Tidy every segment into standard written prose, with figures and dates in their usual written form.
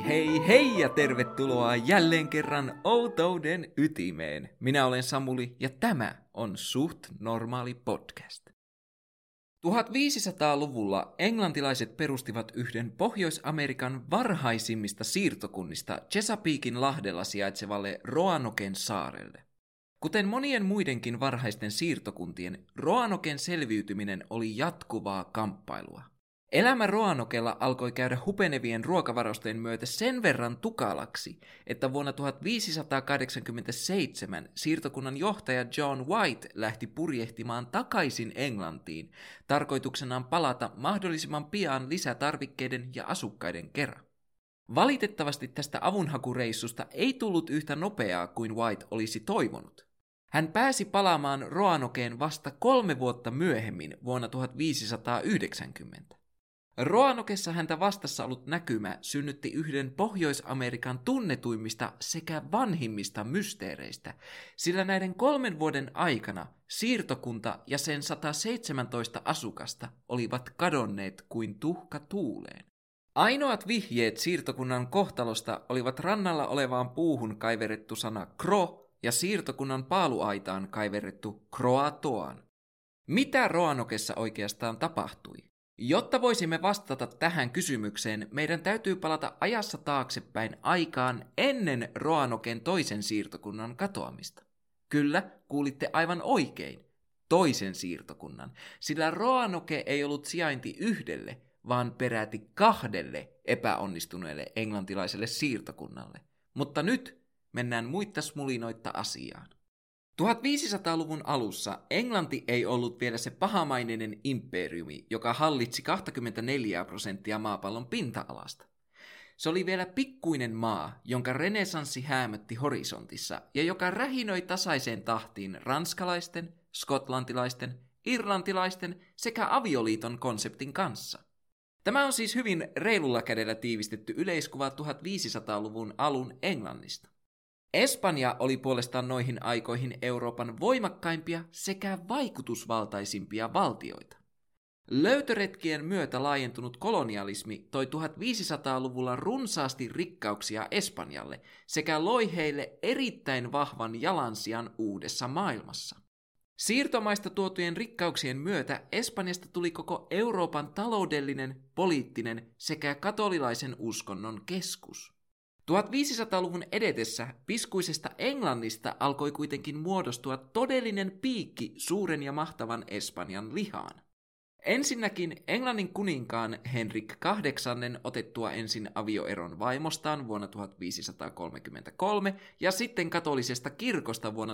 Hei hei ja tervetuloa jälleen kerran Outouden ytimeen. Minä olen Samuli ja tämä on Suht Normaali podcast. 1500-luvulla englantilaiset perustivat yhden Pohjois-Amerikan varhaisimmista siirtokunnista Chesapeaken lahdella sijaitsevalle Roanoken saarelle. Kuten monien muidenkin varhaisten siirtokuntien, Roanoken selviytyminen oli jatkuvaa kamppailua. Elämä Roanokella alkoi käydä hupenevien ruokavarosten myötä sen verran tukalaksi, että vuonna 1587 siirtokunnan johtaja John White lähti purjehtimaan takaisin Englantiin, tarkoituksenaan palata mahdollisimman pian lisätarvikkeiden ja asukkaiden kerran. Valitettavasti tästä avunhakureissusta ei tullut yhtä nopeaa kuin White olisi toivonut. Hän pääsi palaamaan Roanokeen vasta 3 vuotta myöhemmin vuonna 1590. Roanokessa häntä vastassa ollut näkymä synnytti yhden Pohjois-Amerikan tunnetuimmista sekä vanhimmista mysteereistä, sillä näiden 3 vuoden aikana siirtokunta ja sen 117 asukasta olivat kadonneet kuin tuhka tuuleen. Ainoat vihjeet siirtokunnan kohtalosta olivat rannalla olevaan puuhun kaiverrettu sana kro ja siirtokunnan paaluaitaan kaiverrettu Croatoan. Mitä Roanokessa oikeastaan tapahtui? Jotta voisimme vastata tähän kysymykseen, meidän täytyy palata ajassa taaksepäin aikaan ennen Roanoken toisen siirtokunnan katoamista. Kyllä, kuulitte aivan oikein. Toisen siirtokunnan, sillä Roanoke ei ollut sijainti yhdelle, vaan peräti 2 epäonnistuneelle englantilaiselle siirtokunnalle. Mutta nyt mennään muittasmulinoitta asiaan. 1500-luvun alussa Englanti ei ollut vielä se pahamaineinen imperiumi, joka hallitsi 24% maapallon pinta-alasta. Se oli vielä pikkuinen maa, jonka renesanssi häämötti horisontissa ja joka rähinöi tasaiseen tahtiin ranskalaisten, skotlantilaisten, irlantilaisten sekä avioliiton konseptin kanssa. Tämä on siis hyvin reilulla kädellä tiivistetty yleiskuva 1500-luvun alun Englannista. Espanja oli puolestaan noihin aikoihin Euroopan voimakkaimpia sekä vaikutusvaltaisimpia valtioita. Löytöretkien myötä laajentunut kolonialismi toi 1500-luvulla runsaasti rikkauksia Espanjalle sekä loi heille erittäin vahvan jalansijan uudessa maailmassa. Siirtomaista tuotujen rikkauksien myötä Espanjasta tuli koko Euroopan taloudellinen, poliittinen sekä katolilaisen uskonnon keskus. 1500-luvun edetessä piskuisesta Englannista alkoi kuitenkin muodostua todellinen piikki suuren ja mahtavan Espanjan lihaan. Ensinnäkin Englannin kuninkaan Henrik VIII otettua ensin avioeron vaimostaan vuonna 1533 ja sitten katolisesta kirkosta vuonna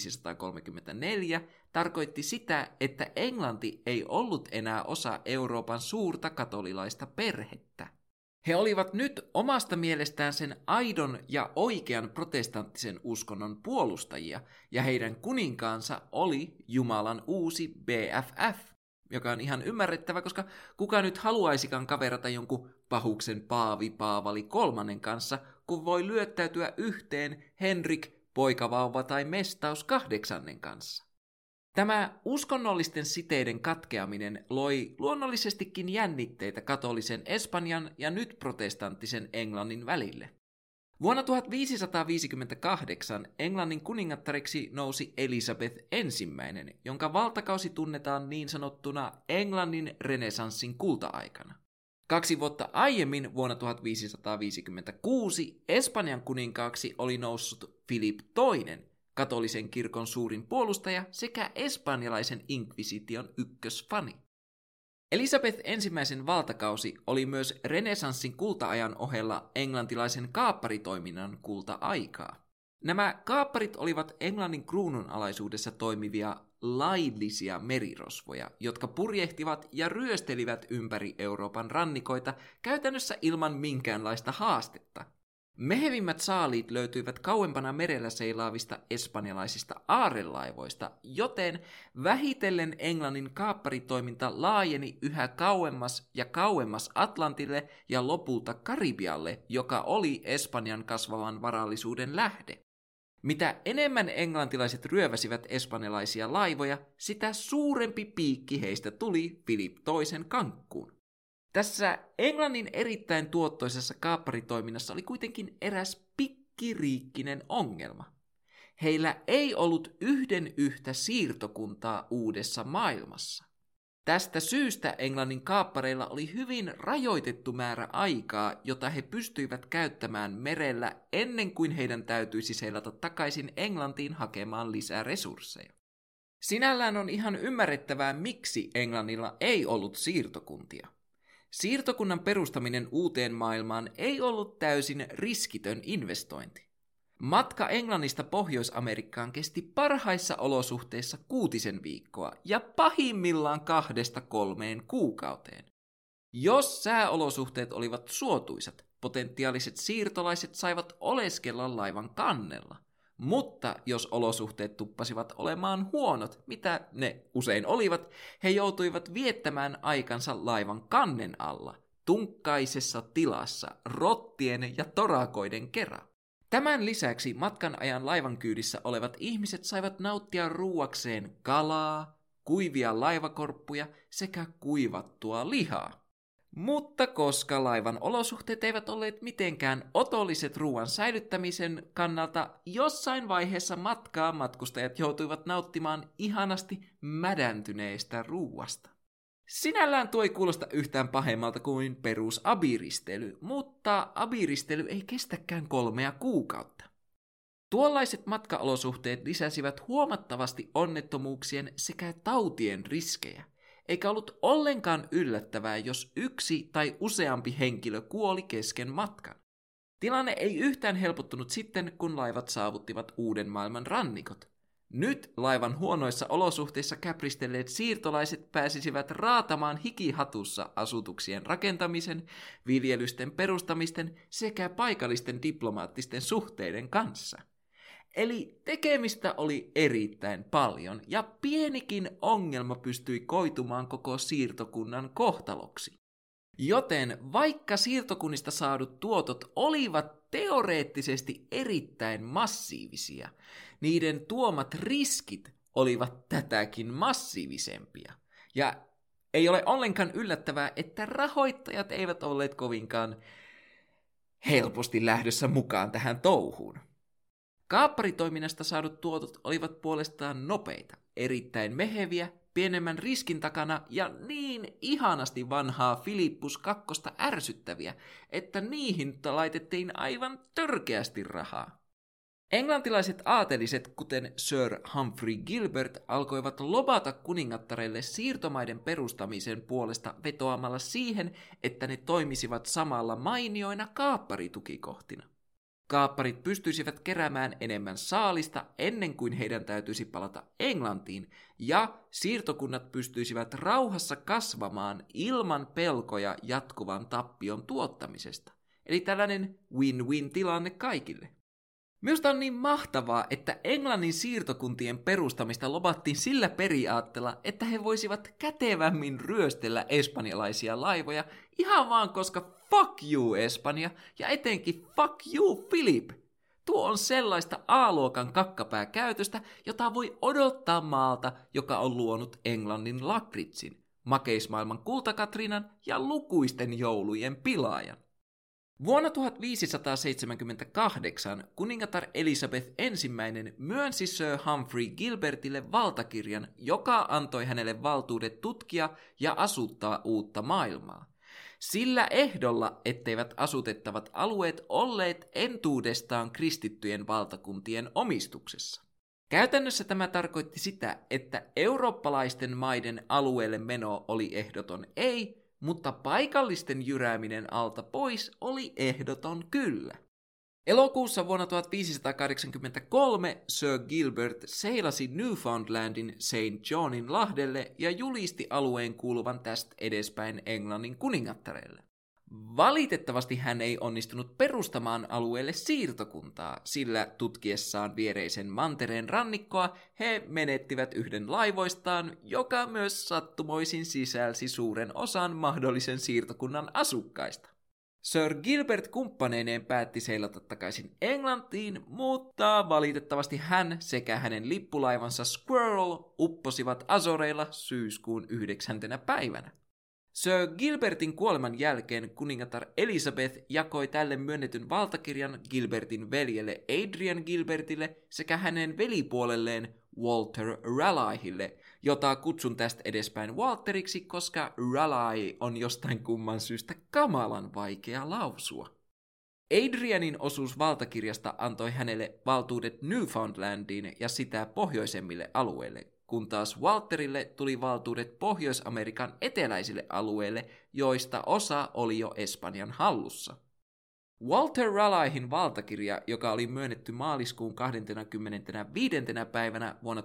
1534 tarkoitti sitä, että Englanti ei ollut enää osa Euroopan suurta katolilaista perhettä. He olivat nyt omasta mielestään sen aidon ja oikean protestanttisen uskonnon puolustajia, ja heidän kuninkaansa oli Jumalan uusi BFF, joka on ihan ymmärrettävä, koska kuka nyt haluaisikaan kaverata jonkun pahuksen Paavi Paavali III kanssa, kun voi lyöttäytyä yhteen Henrik, poikavauva tai mestaus 8 kanssa. Tämä uskonnollisten siteiden katkeaminen loi luonnollisestikin jännitteitä katolisen Espanjan ja nyt protestanttisen Englannin välille. Vuonna 1558 Englannin kuningattareksi nousi Elisabeth I, jonka valtakausi tunnetaan niin sanottuna Englannin renesanssin kulta-aikana. 2 vuotta aiemmin vuonna 1556 Espanjan kuninkaaksi oli noussut Filip II, katolisen kirkon suurin puolustaja sekä espanjalaisen inkvisition ykkösfani. Elisabeth I valtakausi oli myös renesanssin kulta-ajan ohella englantilaisen kaapparitoiminnan kulta-aikaa. Nämä kaapparit olivat Englannin kruunun alaisuudessa toimivia laillisia merirosvoja, jotka purjehtivat ja ryöstelivät ympäri Euroopan rannikoita käytännössä ilman minkäänlaista haastetta. Mehevimmät saaliit löytyivät kauempana merellä seilaavista espanjalaisista aarrelaivoista, joten vähitellen Englannin kaapparitoiminta laajeni yhä kauemmas ja kauemmas Atlantille ja lopulta Karibialle, joka oli Espanjan kasvavan varallisuuden lähde. Mitä enemmän englantilaiset ryöväsivät espanjalaisia laivoja, sitä suurempi piikki heistä tuli Filip II kankkuun. Tässä Englannin erittäin tuottoisessa kaapparitoiminnassa oli kuitenkin eräs pikkiriikkinen ongelma. Heillä ei ollut yhden yhtä siirtokuntaa uudessa maailmassa. Tästä syystä Englannin kaappareilla oli hyvin rajoitettu määrä aikaa, jota he pystyivät käyttämään merellä ennen kuin heidän täytyisi seilata takaisin Englantiin hakemaan lisää resursseja. Sinällään on ihan ymmärrettävää, miksi Englannilla ei ollut siirtokuntia. Siirtokunnan perustaminen uuteen maailmaan ei ollut täysin riskitön investointi. Matka Englannista Pohjois-Amerikkaan kesti parhaissa olosuhteissa 6 viikkoa ja pahimmillaan 2-3 kuukauteen. Jos sääolosuhteet olivat suotuisat, potentiaaliset siirtolaiset saivat oleskella laivan kannella. Mutta jos olosuhteet tuppasivat olemaan huonot, mitä ne usein olivat, he joutuivat viettämään aikansa laivan kannen alla, tunkkaisessa tilassa, rottien ja torakoiden kera. Tämän lisäksi matkan ajan laivan kyydissä olevat ihmiset saivat nauttia ruuakseen kalaa, kuivia laivakorppuja sekä kuivattua lihaa. Mutta koska laivan olosuhteet eivät olleet mitenkään otolliset ruoan säilyttämisen kannalta, jossain vaiheessa matkaa matkustajat joutuivat nauttimaan ihanasti mädäntyneestä ruuasta. Sinällään tuo ei kuulosta yhtään pahemmalta kuin perus abiristely, mutta abiristely ei kestäkään 3 kuukautta. Tuollaiset matkaolosuhteet lisäsivät huomattavasti onnettomuuksien sekä tautien riskejä, eikä ollut ollenkaan yllättävää, jos yksi tai useampi henkilö kuoli kesken matkan. Tilanne ei yhtään helpottunut sitten, kun laivat saavuttivat uuden maailman rannikot. Nyt laivan huonoissa olosuhteissa käpristelleet siirtolaiset pääsisivät raatamaan hikihatussa asutuksien rakentamisen, viljelysten perustamisten sekä paikallisten diplomaattisten suhteiden kanssa. Eli tekemistä oli erittäin paljon, ja pienikin ongelma pystyi koitumaan koko siirtokunnan kohtaloksi. Joten vaikka siirtokunnista saadut tuotot olivat teoreettisesti erittäin massiivisia, niiden tuomat riskit olivat tätäkin massiivisempia. Ja ei ole ollenkaan yllättävää, että rahoittajat eivät olleet kovinkaan helposti lähdössä mukaan tähän touhuun. Kaapparitoiminnasta saadut tuotot olivat puolestaan nopeita, erittäin meheviä, pienemmän riskin takana ja niin ihanasti vanhaa Filippus kakkosta ärsyttäviä, että niihin laitettiin aivan törkeästi rahaa. Englantilaiset aateliset, kuten Sir Humphrey Gilbert, alkoivat lobata kuningattareille siirtomaiden perustamisen puolesta vetoamalla siihen, että ne toimisivat samalla mainioina kaapparitukikohtina. Kaapparit pystyisivät keräämään enemmän saalista ennen kuin heidän täytyisi palata Englantiin, ja siirtokunnat pystyisivät rauhassa kasvamaan ilman pelkoja jatkuvan tappion tuottamisesta. Eli tällainen win-win-tilanne kaikille. Minusta on niin mahtavaa, että Englannin siirtokuntien perustamista lobattiin sillä periaatteella, että he voisivat kätevämmin ryöstellä espanjalaisia laivoja ihan vaan koska fuck you Espanja ja etenkin fuck you Philip. Tuo on sellaista A-luokan kakkapääkäytöstä, jota voi odottaa maalta, joka on luonut Englannin lakritsin, makeismaailman kultakatrinan ja lukuisten joulujen pilaajan. Vuonna 1578 kuningatar Elisabeth I myönsi Sir Humphrey Gilbertille valtakirjan, joka antoi hänelle valtuudet tutkia ja asuttaa uutta maailmaa. Sillä ehdolla, etteivät asutettavat alueet olleet entuudestaan kristittyjen valtakuntien omistuksessa. Käytännössä tämä tarkoitti sitä, että eurooppalaisten maiden alueelle meno oli ehdoton ei, mutta paikallisten jyrääminen alta pois oli ehdoton kyllä. Elokuussa vuonna 1583 Sir Gilbert seilasi Newfoundlandin St. Johnin lahdelle ja julisti alueen kuuluvan tästä edespäin Englannin kuningattareille. Valitettavasti hän ei onnistunut perustamaan alueelle siirtokuntaa, sillä tutkiessaan viereisen mantereen rannikkoa he menettivät yhden laivoistaan, joka myös sattumoisin sisälsi suuren osan mahdollisen siirtokunnan asukkaista. Sir Gilbert kumppaneineen päätti seilata takaisin Englantiin, mutta valitettavasti hän sekä hänen lippulaivansa Squirrel upposivat Azoreilla syyskuun 9. päivänä. Sir Gilbertin kuoleman jälkeen kuningatar Elizabeth jakoi tälle myönnetyn valtakirjan Gilbertin veljelle Adrian Gilbertille sekä hänen velipuolelleen Walter Raleighille, jota kutsun tästä edespäin Walteriksi, koska Raleigh on jostain kumman syystä kamalan vaikea lausua. Adrianin osuus valtakirjasta antoi hänelle valtuudet Newfoundlandiin ja sitä pohjoisemmille alueille, kun taas Walterille tuli valtuudet Pohjois-Amerikan eteläisille alueille, joista osa oli jo Espanjan hallussa. Walter Raleigh'n valtakirja, joka oli myönnetty maaliskuun 25. päivänä vuonna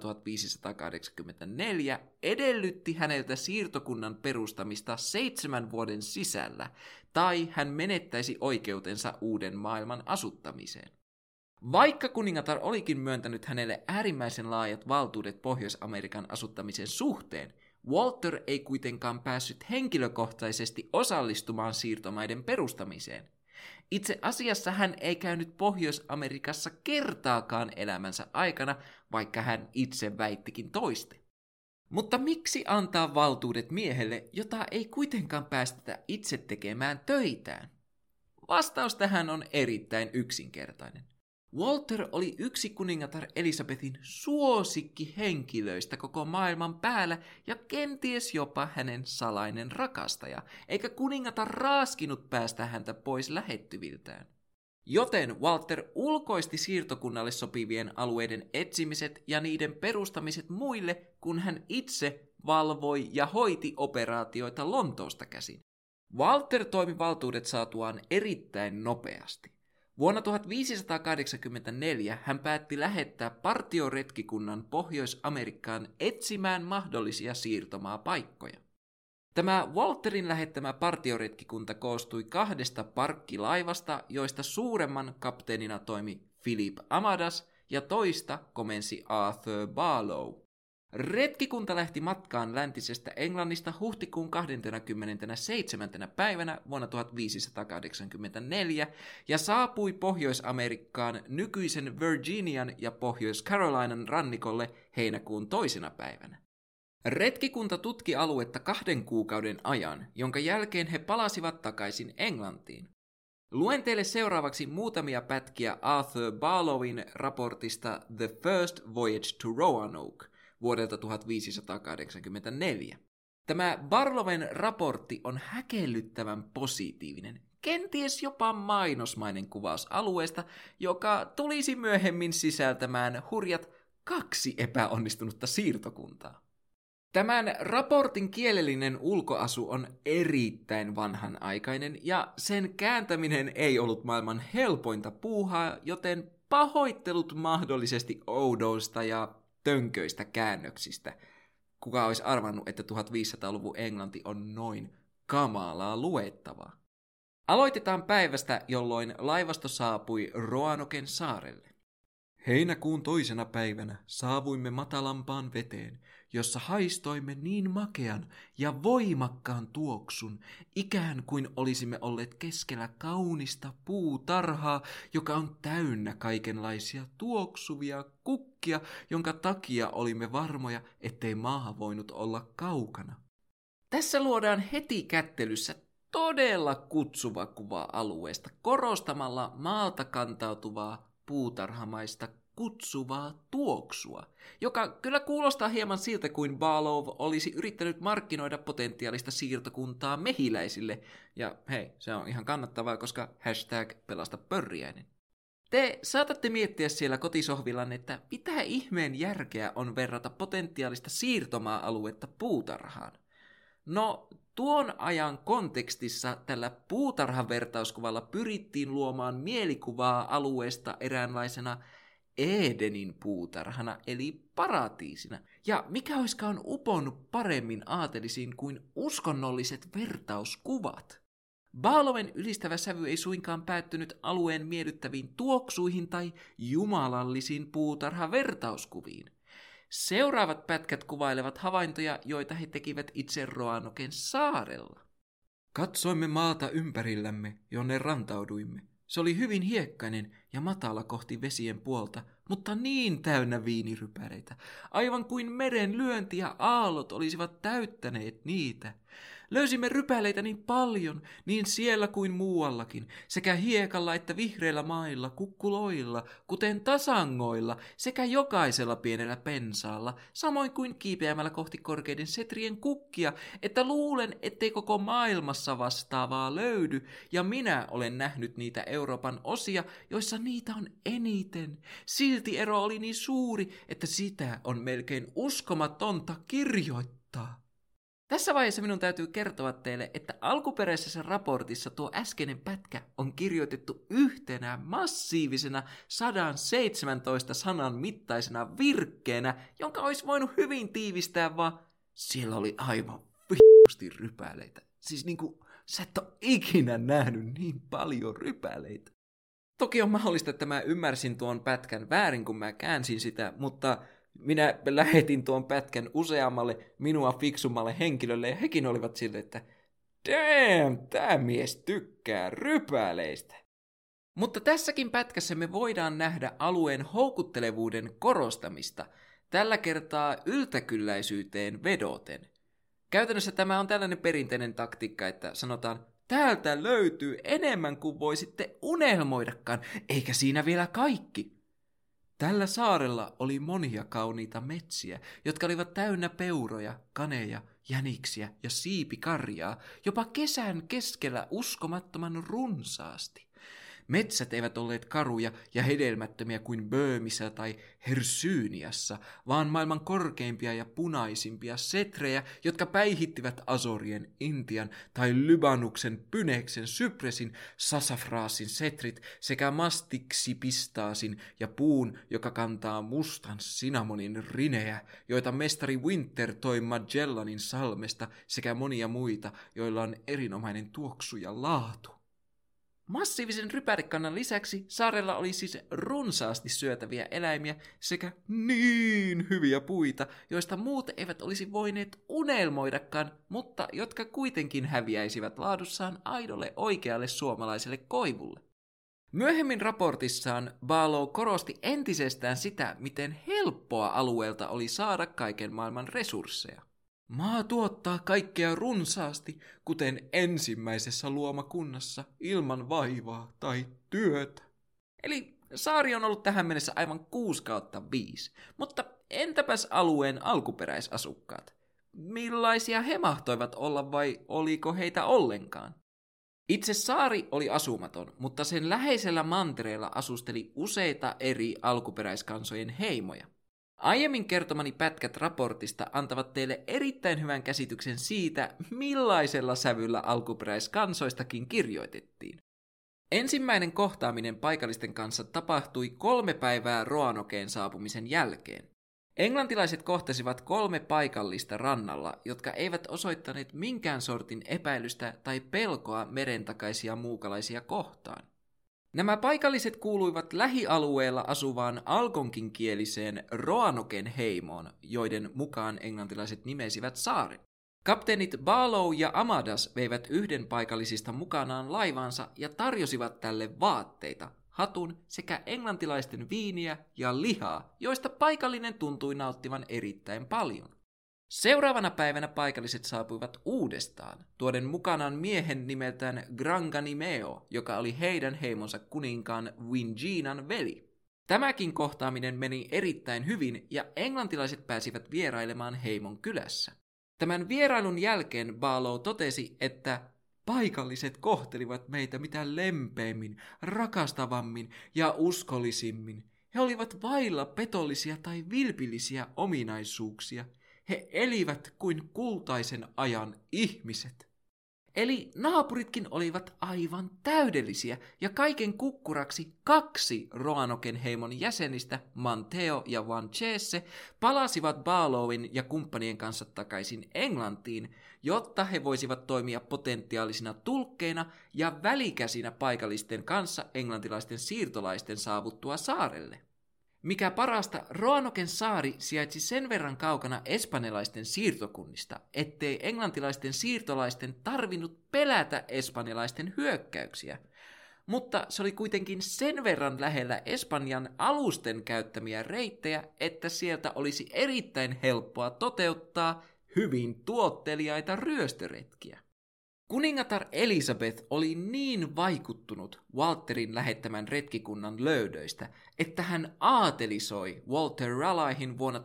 1584, edellytti häneltä siirtokunnan perustamista 7 vuoden sisällä, tai hän menettäisi oikeutensa uuden maailman asuttamiseen. Vaikka kuningatar olikin myöntänyt hänelle äärimmäisen laajat valtuudet Pohjois-Amerikan asuttamisen suhteen, Walter ei kuitenkaan päässyt henkilökohtaisesti osallistumaan siirtomaiden perustamiseen. Itse asiassa hän ei käynyt Pohjois-Amerikassa kertaakaan elämänsä aikana, vaikka hän itse väittikin toista. Mutta miksi antaa valtuudet miehelle, jota ei kuitenkaan päästetä itse tekemään töitään? Vastaus tähän on erittäin yksinkertainen. Walter oli yksi kuningatar Elizabethin suosikkihenkilöistä koko maailman päällä ja kenties jopa hänen salainen rakastaja, eikä kuningatar raaskinut päästä häntä pois lähettyviltään. Joten Walter ulkoisti siirtokunnalle sopivien alueiden etsimiset ja niiden perustamiset muille, kun hän itse valvoi ja hoiti operaatioita Lontoosta käsin. Walter toimi valtuudet saatuaan erittäin nopeasti. Vuonna 1584 hän päätti lähettää partioretkikunnan Pohjois-Amerikkaan etsimään mahdollisia siirtomaapaikkoja. Tämä Walterin lähettämä partioretkikunta koostui 2 parkkilaivasta, joista suuremman kapteenina toimi Philip Amadas ja toista komensi Arthur Barlow. Retkikunta lähti matkaan läntisestä Englannista huhtikuun 27. päivänä vuonna 1584 ja saapui Pohjois-Amerikkaan nykyisen Virginian ja Pohjois-Carolinan rannikolle heinäkuun 2. päivänä. Retkikunta tutki aluetta 2 kuukauden ajan, jonka jälkeen he palasivat takaisin Englantiin. Luen teille seuraavaksi muutamia pätkiä Arthur Barlowin raportista The First Voyage to Roanoke vuodelta 1584. Tämä Barlowen raportti on häkellyttävän positiivinen, kenties jopa mainosmainen kuvaus alueesta, joka tulisi myöhemmin sisältämään hurjat 2 epäonnistunutta siirtokuntaa. Tämän raportin kielellinen ulkoasu on erittäin vanhanaikainen ja sen kääntäminen ei ollut maailman helpointa puuhaa, joten pahoittelut mahdollisesti oudoista ja tönköistä käännöksistä. Kuka olisi arvannut, että 1500-luvun englanti on noin kamalaa luettavaa. Aloitetaan päivästä, jolloin laivasto saapui Roanoken saarelle. Heinäkuun 2. päivänä saavuimme matalampaan veteen, jossa haistoimme niin makean ja voimakkaan tuoksun, ikään kuin olisimme olleet keskellä kaunista puutarhaa, joka on täynnä kaikenlaisia tuoksuvia kukkia, jonka takia olimme varmoja, ettei maa voinut olla kaukana. Tässä luodaan heti kättelyssä todella kutsuva kuva alueesta, korostamalla maalta kantautuvaa puutarhamaista kutsuvaa tuoksua, joka kyllä kuulostaa hieman siltä kuin Barlow olisi yrittänyt markkinoida potentiaalista siirtokuntaa mehiläisille, ja hei, se on ihan kannattavaa, koska #pelastapörriäinen. Te saatatte miettiä siellä kotisohvillanne, että mitä ihmeen järkeä on verrata potentiaalista siirtomaa-aluetta puutarhaan. No, tuon ajan kontekstissa tällä puutarhavertauskuvalla pyrittiin luomaan mielikuvaa alueesta eräänlaisena Edenin puutarhana, eli paratiisina. Ja mikä olisikaan uponnut paremmin aatelisiin kuin uskonnolliset vertauskuvat? Barlowen ylistävä sävy ei suinkaan päättynyt alueen miellyttäviin tuoksuihin tai jumalallisiin puutarhavertauskuviin. Seuraavat pätkät kuvailevat havaintoja, joita he tekivät itse Roanoken saarella. Katsoimme maata ympärillämme, jonne rantauduimme. Se oli hyvin hiekkainen ja matala kohti vesien puolta, mutta niin täynnä viinirypäreitä, aivan kuin meren lyönti ja aallot olisivat täyttäneet niitä. Löysimme rypäleitä niin paljon, niin siellä kuin muuallakin, sekä hiekalla että vihreillä mailla, kukkuloilla, kuten tasangoilla, sekä jokaisella pienellä pensaalla, samoin kuin kiipeämällä kohti korkeiden setrien kukkia, että luulen, ettei koko maailmassa vastaavaa löydy, ja minä olen nähnyt niitä Euroopan osia, joissa niitä on eniten. Silti ero oli niin suuri, että sitä on melkein uskomatonta kirjoittaa. Tässä vaiheessa minun täytyy kertoa teille, että alkuperäisessä raportissa tuo äskeinen pätkä on kirjoitettu yhtenä massiivisena 117 sanan mittaisena virkkeenä, jonka olisi voinut hyvin tiivistää, vaan siellä oli aivan vittusti rypäleitä. Siis niinku, sä et ole ikinä nähnyt niin paljon rypäleitä. Toki on mahdollista, että mä ymmärsin tuon pätkän väärin, kun mä käänsin sitä, mutta minä lähetin tuon pätkän useammalle minua fiksummalle henkilölle, ja hekin olivat silleen, että damn, tää mies tykkää rypäleistä. Mutta tässäkin pätkässä me voidaan nähdä alueen houkuttelevuuden korostamista, tällä kertaa yltäkylläisyyteen vedoten. Käytännössä tämä on tällainen perinteinen taktiikka, että sanotaan, täältä löytyy enemmän kuin voisitte unelmoidakaan, eikä siinä vielä kaikki. Tällä saarella oli monia kauniita metsiä, jotka olivat täynnä peuroja, kaneja, jäniksiä ja siipikarjaa, jopa kesän keskellä uskomattoman runsaasti. Metsät eivät olleet karuja ja hedelmättömiä kuin Böömissä tai Hersyyniassa, vaan maailman korkeimpia ja punaisimpia setrejä, jotka päihittivät Azorien, Intian tai Lybanuksen, Pyneksen, Sypresin, Sasafraasin setrit sekä Mastiksipistaasin ja puun, joka kantaa mustan sinamonin rineä, joita mestari Winter toi Magellanin salmesta sekä monia muita, joilla on erinomainen tuoksu ja laatu. Massiivisen rypärikannan lisäksi saarella oli siis runsaasti syötäviä eläimiä sekä niin hyviä puita, joista muut eivät olisi voineet unelmoidakaan, mutta jotka kuitenkin häviäisivät laadussaan aidolle oikealle suomalaiselle koivulle. Myöhemmin raportissaan Barlow korosti entisestään sitä, miten helppoa alueelta oli saada kaiken maailman resursseja. Maa tuottaa kaikkea runsaasti, kuten ensimmäisessä luomakunnassa, ilman vaivaa tai työtä. Eli saari on ollut tähän mennessä aivan 6/5, mutta entäpäs alueen alkuperäisasukkaat? Millaisia he mahtoivat olla vai oliko heitä ollenkaan? Itse saari oli asumaton, mutta sen läheisellä mantereella asusteli useita eri alkuperäiskansojen heimoja. Aiemmin kertomani pätkät raportista antavat teille erittäin hyvän käsityksen siitä, millaisella sävyllä alkuperäiskansoistakin kirjoitettiin. Ensimmäinen kohtaaminen paikallisten kanssa tapahtui 3 päivää Roanokeen saapumisen jälkeen. Englantilaiset kohtasivat 3 paikallista rannalla, jotka eivät osoittaneet minkään sortin epäilystä tai pelkoa merentakaisia muukalaisia kohtaan. Nämä paikalliset kuuluivat lähialueella asuvaan algonkinkieliseen Roanoken heimoon, joiden mukaan englantilaiset nimesivät saaren. Kapteenit Barlow ja Amadas veivät yhden paikallisista mukanaan laivaansa ja tarjosivat tälle vaatteita, hatun sekä englantilaisten viiniä ja lihaa, joista paikallinen tuntui nauttivan erittäin paljon. Seuraavana päivänä paikalliset saapuivat uudestaan, tuoden mukanaan miehen nimeltään Granganimeo, joka oli heidän heimonsa kuninkaan Winginan veli. Tämäkin kohtaaminen meni erittäin hyvin ja englantilaiset pääsivät vierailemaan heimon kylässä. Tämän vierailun jälkeen Barlow totesi, että paikalliset kohtelivat meitä mitä lempeimmin, rakastavammin ja uskollisimmin. He olivat vailla petollisia tai vilpillisiä ominaisuuksia. He elivät kuin kultaisen ajan ihmiset. Eli naapuritkin olivat aivan täydellisiä, ja kaiken kukkuraksi 2 Roanoken heimon jäsenistä, Manteo ja Wanchese, palasivat Barlowin ja kumppanien kanssa takaisin Englantiin, jotta he voisivat toimia potentiaalisina tulkkeina ja välikäsinä paikallisten kanssa englantilaisten siirtolaisten saavuttua saarelle. Mikä parasta, Roanoken saari sijaitsi sen verran kaukana espanjalaisten siirtokunnista, ettei englantilaisten siirtolaisten tarvinnut pelätä espanjalaisten hyökkäyksiä. Mutta se oli kuitenkin sen verran lähellä Espanjan alusten käyttämiä reittejä, että sieltä olisi erittäin helppoa toteuttaa hyvin tuotteliaita ryöstöretkiä. Kuningatar Elisabeth oli niin vaikuttunut Walterin lähettämän retkikunnan löydöistä, että hän aatelisoi Walter Raleighn vuonna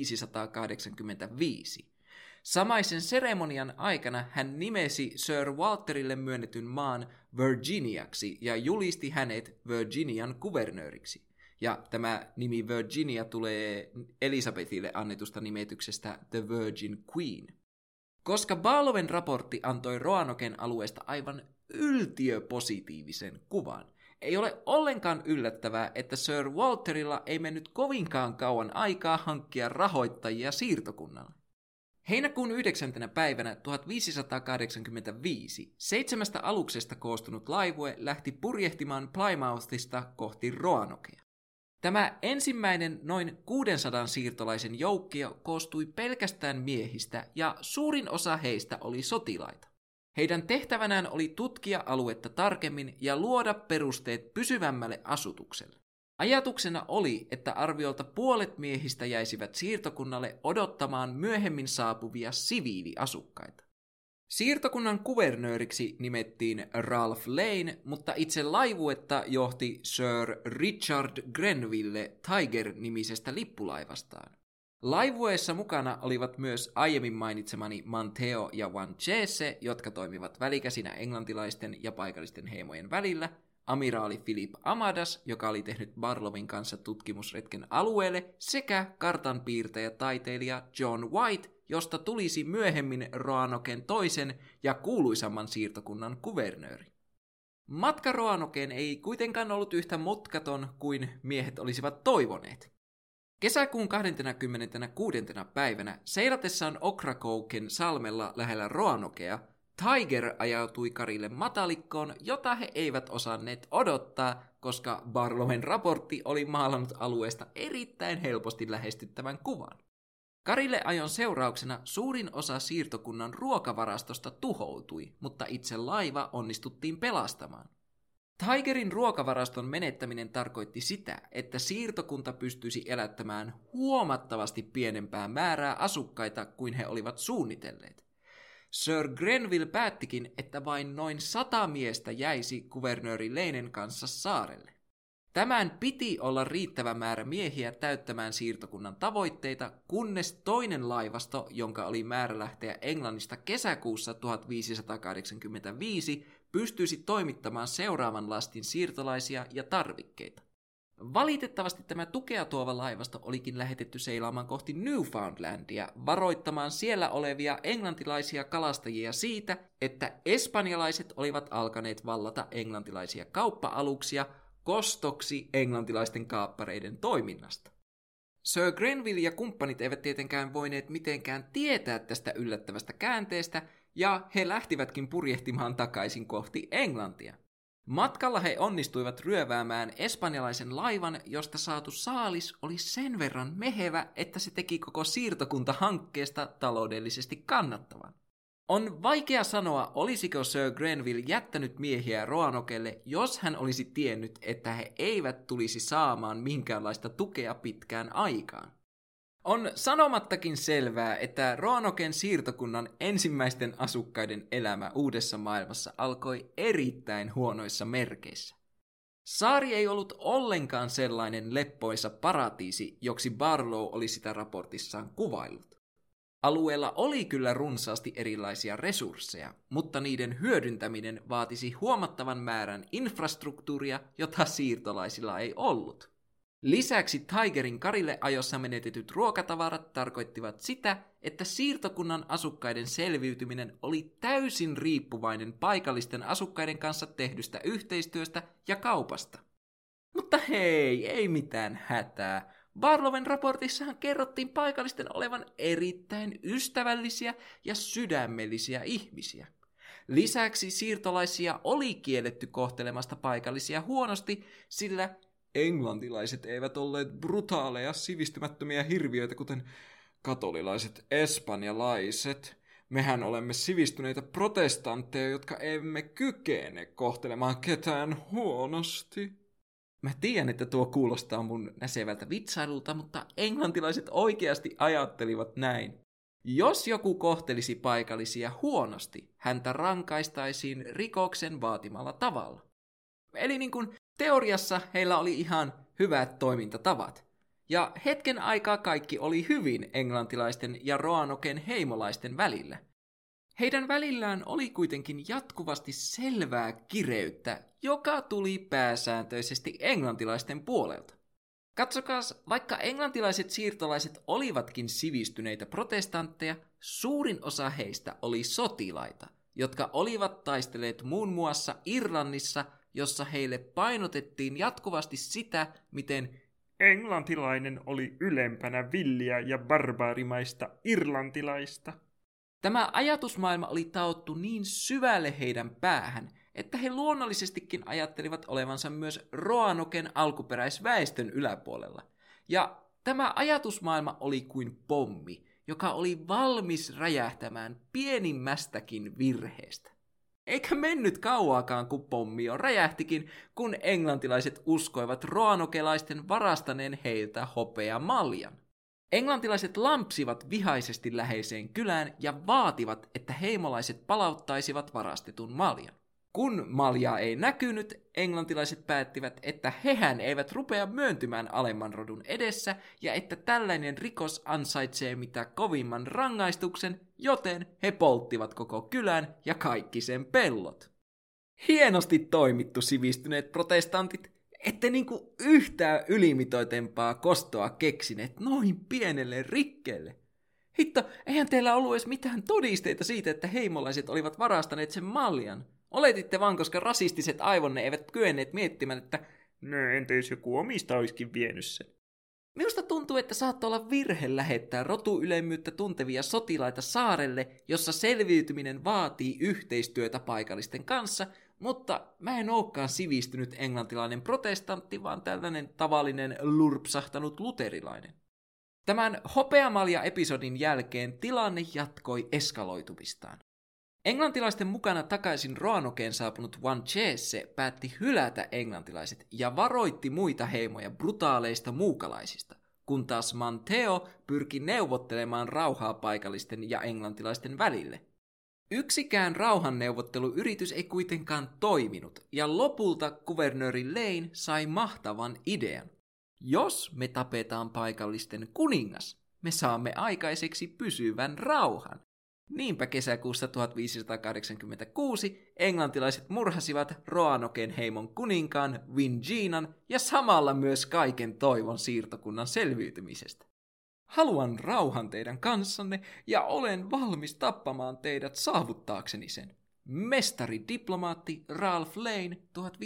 1585. Samaisen seremonian aikana hän nimesi Sir Walterille myönnetyn maan Virginiaksi ja julisti hänet Virginian kuvernööriksi. Ja tämä nimi Virginia tulee Elisabethille annetusta nimetyksestä The Virgin Queen. Koska Barlowen raportti antoi Roanoken alueesta aivan yltiöpositiivisen kuvan, ei ole ollenkaan yllättävää, että Sir Walterilla ei mennyt kovinkaan kauan aikaa hankkia rahoittajia siirtokunnalle. Heinäkuun 9. päivänä 1585 7 aluksesta koostunut laivue lähti purjehtimaan Plymouthista kohti Roanokea. Tämä ensimmäinen noin 600 siirtolaisen joukkio koostui pelkästään miehistä ja suurin osa heistä oli sotilaita. Heidän tehtävänään oli tutkia aluetta tarkemmin ja luoda perusteet pysyvämmälle asutukselle. Ajatuksena oli, että arviolta puolet miehistä jäisivät siirtokunnalle odottamaan myöhemmin saapuvia siviiliasukkaita. Siirtokunnan kuvernööriksi nimettiin Ralph Lane, mutta itse laivuetta johti Sir Richard Grenville Tiger-nimisestä lippulaivastaan. Laivueessa mukana olivat myös aiemmin mainitsemani Manteo ja Wanchese, jotka toimivat välikäsinä englantilaisten ja paikallisten heimojen välillä, amiraali Philip Amadas, joka oli tehnyt Barlowin kanssa tutkimusretken alueelle, sekä kartanpiirtäjä taiteilija John White, josta tulisi myöhemmin Roanoken toisen ja kuuluisamman siirtokunnan kuvernööri. Matka Roanokeen ei kuitenkaan ollut yhtä mutkaton kuin miehet olisivat toivoneet. Kesäkuun 26. päivänä seilatessaan Ocracoken salmella lähellä Roanokea Tiger ajautui karille matalikkoon, jota he eivät osanneet odottaa, koska Barlowen raportti oli maalannut alueesta erittäin helposti lähestyttävän kuvan. Karille ajon seurauksena suurin osa siirtokunnan ruokavarastosta tuhoutui, mutta itse laiva onnistuttiin pelastamaan. Tigerin ruokavaraston menettäminen tarkoitti sitä, että siirtokunta pystyisi elättämään huomattavasti pienempää määrää asukkaita kuin he olivat suunnitelleet. Sir Grenville päättikin, että vain noin 100 miestä jäisi kuvernööri Lanen kanssa saarelle. Tämän piti olla riittävä määrä miehiä täyttämään siirtokunnan tavoitteita, kunnes toinen laivasto, jonka oli määrä lähteä Englannista kesäkuussa 1585, pystyisi toimittamaan seuraavan lastin siirtolaisia ja tarvikkeita. Valitettavasti tämä tukea tuova laivasto olikin lähetetty seilaamaan kohti Newfoundlandia, varoittamaan siellä olevia englantilaisia kalastajia siitä, että espanjalaiset olivat alkaneet vallata englantilaisia kauppa-aluksia kostoksi englantilaisten kaappareiden toiminnasta. Sir Grenville ja kumppanit eivät tietenkään voineet mitenkään tietää tästä yllättävästä käänteestä, ja he lähtivätkin purjehtimaan takaisin kohti Englantia. Matkalla he onnistuivat ryöväämään espanjalaisen laivan, josta saatu saalis oli sen verran mehevä, että se teki koko siirtokuntahankkeesta taloudellisesti kannattavan. On vaikea sanoa, olisiko Sir Grenville jättänyt miehiä Roanokelle, jos hän olisi tiennyt, että he eivät tulisi saamaan minkäänlaista tukea pitkään aikaan. On sanomattakin selvää, että Roanoken siirtokunnan ensimmäisten asukkaiden elämä uudessa maailmassa alkoi erittäin huonoissa merkeissä. Saari ei ollut ollenkaan sellainen leppoisa paratiisi, joksi Barlow oli sitä raportissaan kuvaillut. Alueella oli kyllä runsaasti erilaisia resursseja, mutta niiden hyödyntäminen vaatisi huomattavan määrän infrastruktuuria, jota siirtolaisilla ei ollut. Lisäksi Tigerin karille ajossa menetetyt ruokatavarat tarkoittivat sitä, että siirtokunnan asukkaiden selviytyminen oli täysin riippuvainen paikallisten asukkaiden kanssa tehdystä yhteistyöstä ja kaupasta. Mutta hei, ei mitään hätää. Barlowen raportissahan kerrottiin paikallisten olevan erittäin ystävällisiä ja sydämellisiä ihmisiä. Lisäksi siirtolaisia oli kielletty kohtelemasta paikallisia huonosti, sillä englantilaiset eivät olleet brutaaleja, sivistymättömiä hirviöitä, kuten katolilaiset espanjalaiset. Mehän olemme sivistyneitä protestantteja, jotka emme kykene kohtelemaan ketään huonosti. Mä tiedän, että tuo kuulostaa mun näsevältä vitsailulta, mutta englantilaiset oikeasti ajattelivat näin. Jos joku kohtelisi paikallisia huonosti, häntä rankaistaisiin rikoksen vaatimalla tavalla. Eli niin kuin teoriassa heillä oli ihan hyvät toimintatavat. Ja hetken aikaa kaikki oli hyvin englantilaisten ja Roanoken heimolaisten välillä. Heidän välillään oli kuitenkin jatkuvasti selvää kireyttä, joka tuli pääsääntöisesti englantilaisten puolelta. Katsokaas, vaikka englantilaiset siirtolaiset olivatkin sivistyneitä protestantteja, suurin osa heistä oli sotilaita, jotka olivat taistelleet muun muassa Irlannissa, jossa heille painotettiin jatkuvasti sitä, miten englantilainen oli ylempänä villiä ja barbaarimaista irlantilaista. Tämä ajatusmaailma oli taottu niin syvälle heidän päähän, että he luonnollisestikin ajattelivat olevansa myös Roanoken alkuperäisväestön yläpuolella. Ja tämä ajatusmaailma oli kuin pommi, joka oli valmis räjähtämään pienimmästäkin virheestä. Eikä mennyt kauaakaan, kun pommi jo räjähtikin, kun englantilaiset uskoivat roanokelaisten varastaneen heiltä hopeamaljan. Englantilaiset lampsivat vihaisesti läheiseen kylään ja vaativat, että heimolaiset palauttaisivat varastetun maljan. Kun maljaa ei näkynyt, englantilaiset päättivät, että hehän eivät rupea myöntymään alemman rodun edessä ja että tällainen rikos ansaitsee mitä kovimman rangaistuksen, joten he polttivat koko kylän ja kaikki sen pellot. Hienosti toimittu, sivistyneet protestantit, ette niinku yhtään ylimitoitempaa kostoa keksineet noin pienelle rikkeelle. Hitto, eihän teillä ollut edes mitään todisteita siitä, että heimolaiset olivat varastaneet sen maljan. Oletitte vaan, koska rasistiset aivonne eivät kyenneet miettimään, että entä jos joku omista olisikin vienyt sen. Minusta tuntuu, että saattoi olla virhe lähettää rotuylemmyyttä tuntevia sotilaita saarelle, jossa selviytyminen vaatii yhteistyötä paikallisten kanssa, mutta mä en olekaan sivistynyt englantilainen protestantti, vaan tällainen tavallinen lurpsahtanut luterilainen. Tämän hopeamalja-episodin jälkeen tilanne jatkoi eskaloitumistaan. Englantilaisten mukana takaisin Roanokeen saapunut Wanchese päätti hylätä englantilaiset ja varoitti muita heimoja brutaaleista muukalaisista, kun taas Manteo pyrki neuvottelemaan rauhaa paikallisten ja englantilaisten välille. Yksikään rauhanneuvotteluyritys ei kuitenkaan toiminut, ja lopulta kuvernööri Lane sai mahtavan idean. Jos me tapetaan paikallisten kuningas, me saamme aikaiseksi pysyvän rauhan. Niinpä kesäkuussa 1586 englantilaiset murhasivat Roanoken heimon kuninkaan Winginan ja samalla myös kaiken toivon siirtokunnan selviytymisestä. Haluan rauhan teidän kanssanne ja olen valmis tappamaan teidät saavuttaakseni sen. Mestari diplomaatti Ralph Lane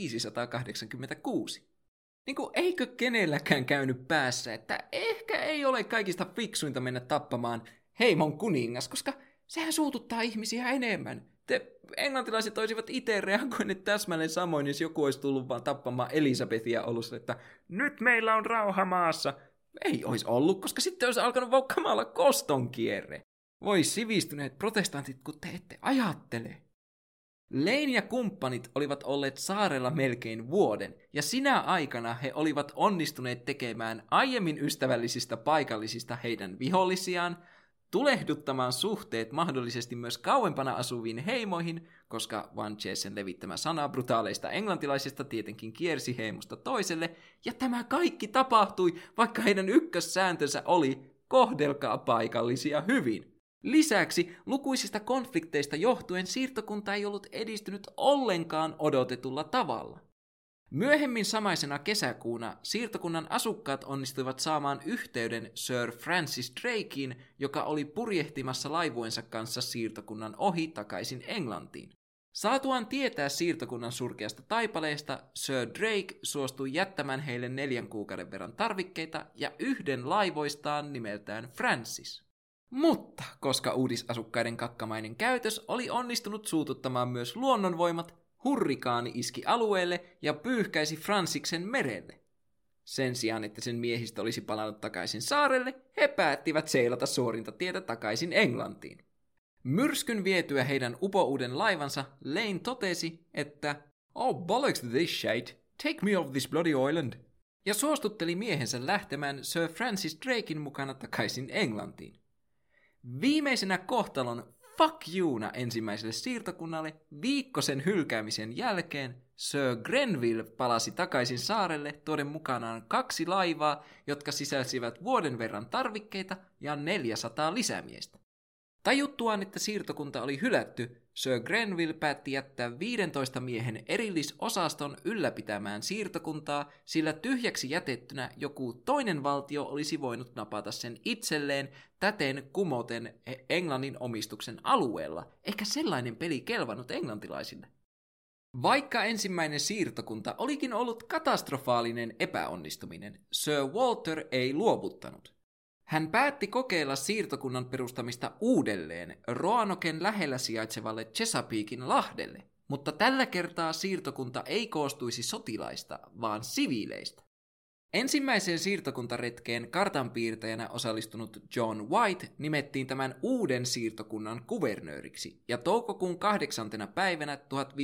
1586. Eikö kenelläkään käynyt päässä, että ehkä ei ole kaikista fiksuinta mennä tappamaan heimon kuningas, koska sehän suututtaa ihmisiä enemmän. Te englantilaiset olisivat itse reagoineet täsmälleen samoin, jos joku olisi tullut vaan tappamaan Elisabethia ollut, että nyt meillä on rauha maassa. Ei olisi ollut, koska sitten olisi alkanut vaan kamala kostonkierre. Voi sivistyneet protestantit, kun te ette ajattele. Lane ja kumppanit olivat olleet saarella melkein vuoden, ja sinä aikana he olivat onnistuneet tekemään aiemmin ystävällisistä paikallisista heidän vihollisiaan, tulehduttamaan suhteet mahdollisesti myös kauempana asuviin heimoihin, koska Wanchesen levittämä sana brutaaleista englantilaisista tietenkin kiersi heimosta toiselle, ja tämä kaikki tapahtui, vaikka heidän ykkössääntönsä oli kohdelkaa paikallisia hyvin. Lisäksi lukuisista konflikteista johtuen siirtokunta ei ollut edistynyt ollenkaan odotetulla tavalla. Myöhemmin samaisena kesäkuuna siirtokunnan asukkaat onnistuivat saamaan yhteyden Sir Francis Drakeen, joka oli purjehtimassa laivuensa kanssa siirtokunnan ohi takaisin Englantiin. Saatuaan tietää siirtokunnan surkeasta taipaleesta, Sir Drake suostui jättämään heille 4 kuukauden verran tarvikkeita ja yhden laivoistaan nimeltään Francis. Mutta koska uudisasukkaiden kakkamainen käytös oli onnistunut suututtamaan myös luonnonvoimat, hurrikaani iski alueelle ja pyyhkäisi Franciksen merelle. Sen sijaan, että sen miehistä olisi palannut takaisin saarelle, he päättivät seilata suorinta tietä takaisin Englantiin. Myrskyn vietyä heidän upouuden laivansa, Lane totesi, että "Oh bollocks to this shite, take me off this bloody island", ja suostutteli miehensä lähtemään Sir Francis Draken mukana takaisin Englantiin. Viimeisenä kohtalon fuck you'na ensimmäiselle siirtokunnalle viikko sen hylkäämisen jälkeen Sir Grenville palasi takaisin saarelle tuoden mukanaan 2 laivaa, jotka sisälsivät vuoden verran tarvikkeita ja 400 lisämiestä. Tajuttuaan, että siirtokunta oli hylätty, Sir Grenville päätti jättää 15 miehen erillisosaston ylläpitämään siirtokuntaa, sillä tyhjäksi jätettynä joku toinen valtio olisi voinut napata sen itselleen, täten kumoten Englannin omistuksen alueella, eikä sellainen peli kelvannut englantilaisille. Vaikka ensimmäinen siirtokunta olikin ollut katastrofaalinen epäonnistuminen, Sir Walter ei luovuttanut. Hän päätti kokeilla siirtokunnan perustamista uudelleen Roanoken lähellä sijaitsevalle Chesapeaken lahdelle, mutta tällä kertaa siirtokunta ei koostuisi sotilaista, vaan siviileistä. Ensimmäiseen siirtokuntaretkeen kartanpiirtäjänä osallistunut John White nimettiin tämän uuden siirtokunnan kuvernööriksi, ja toukokuun 8. päivänä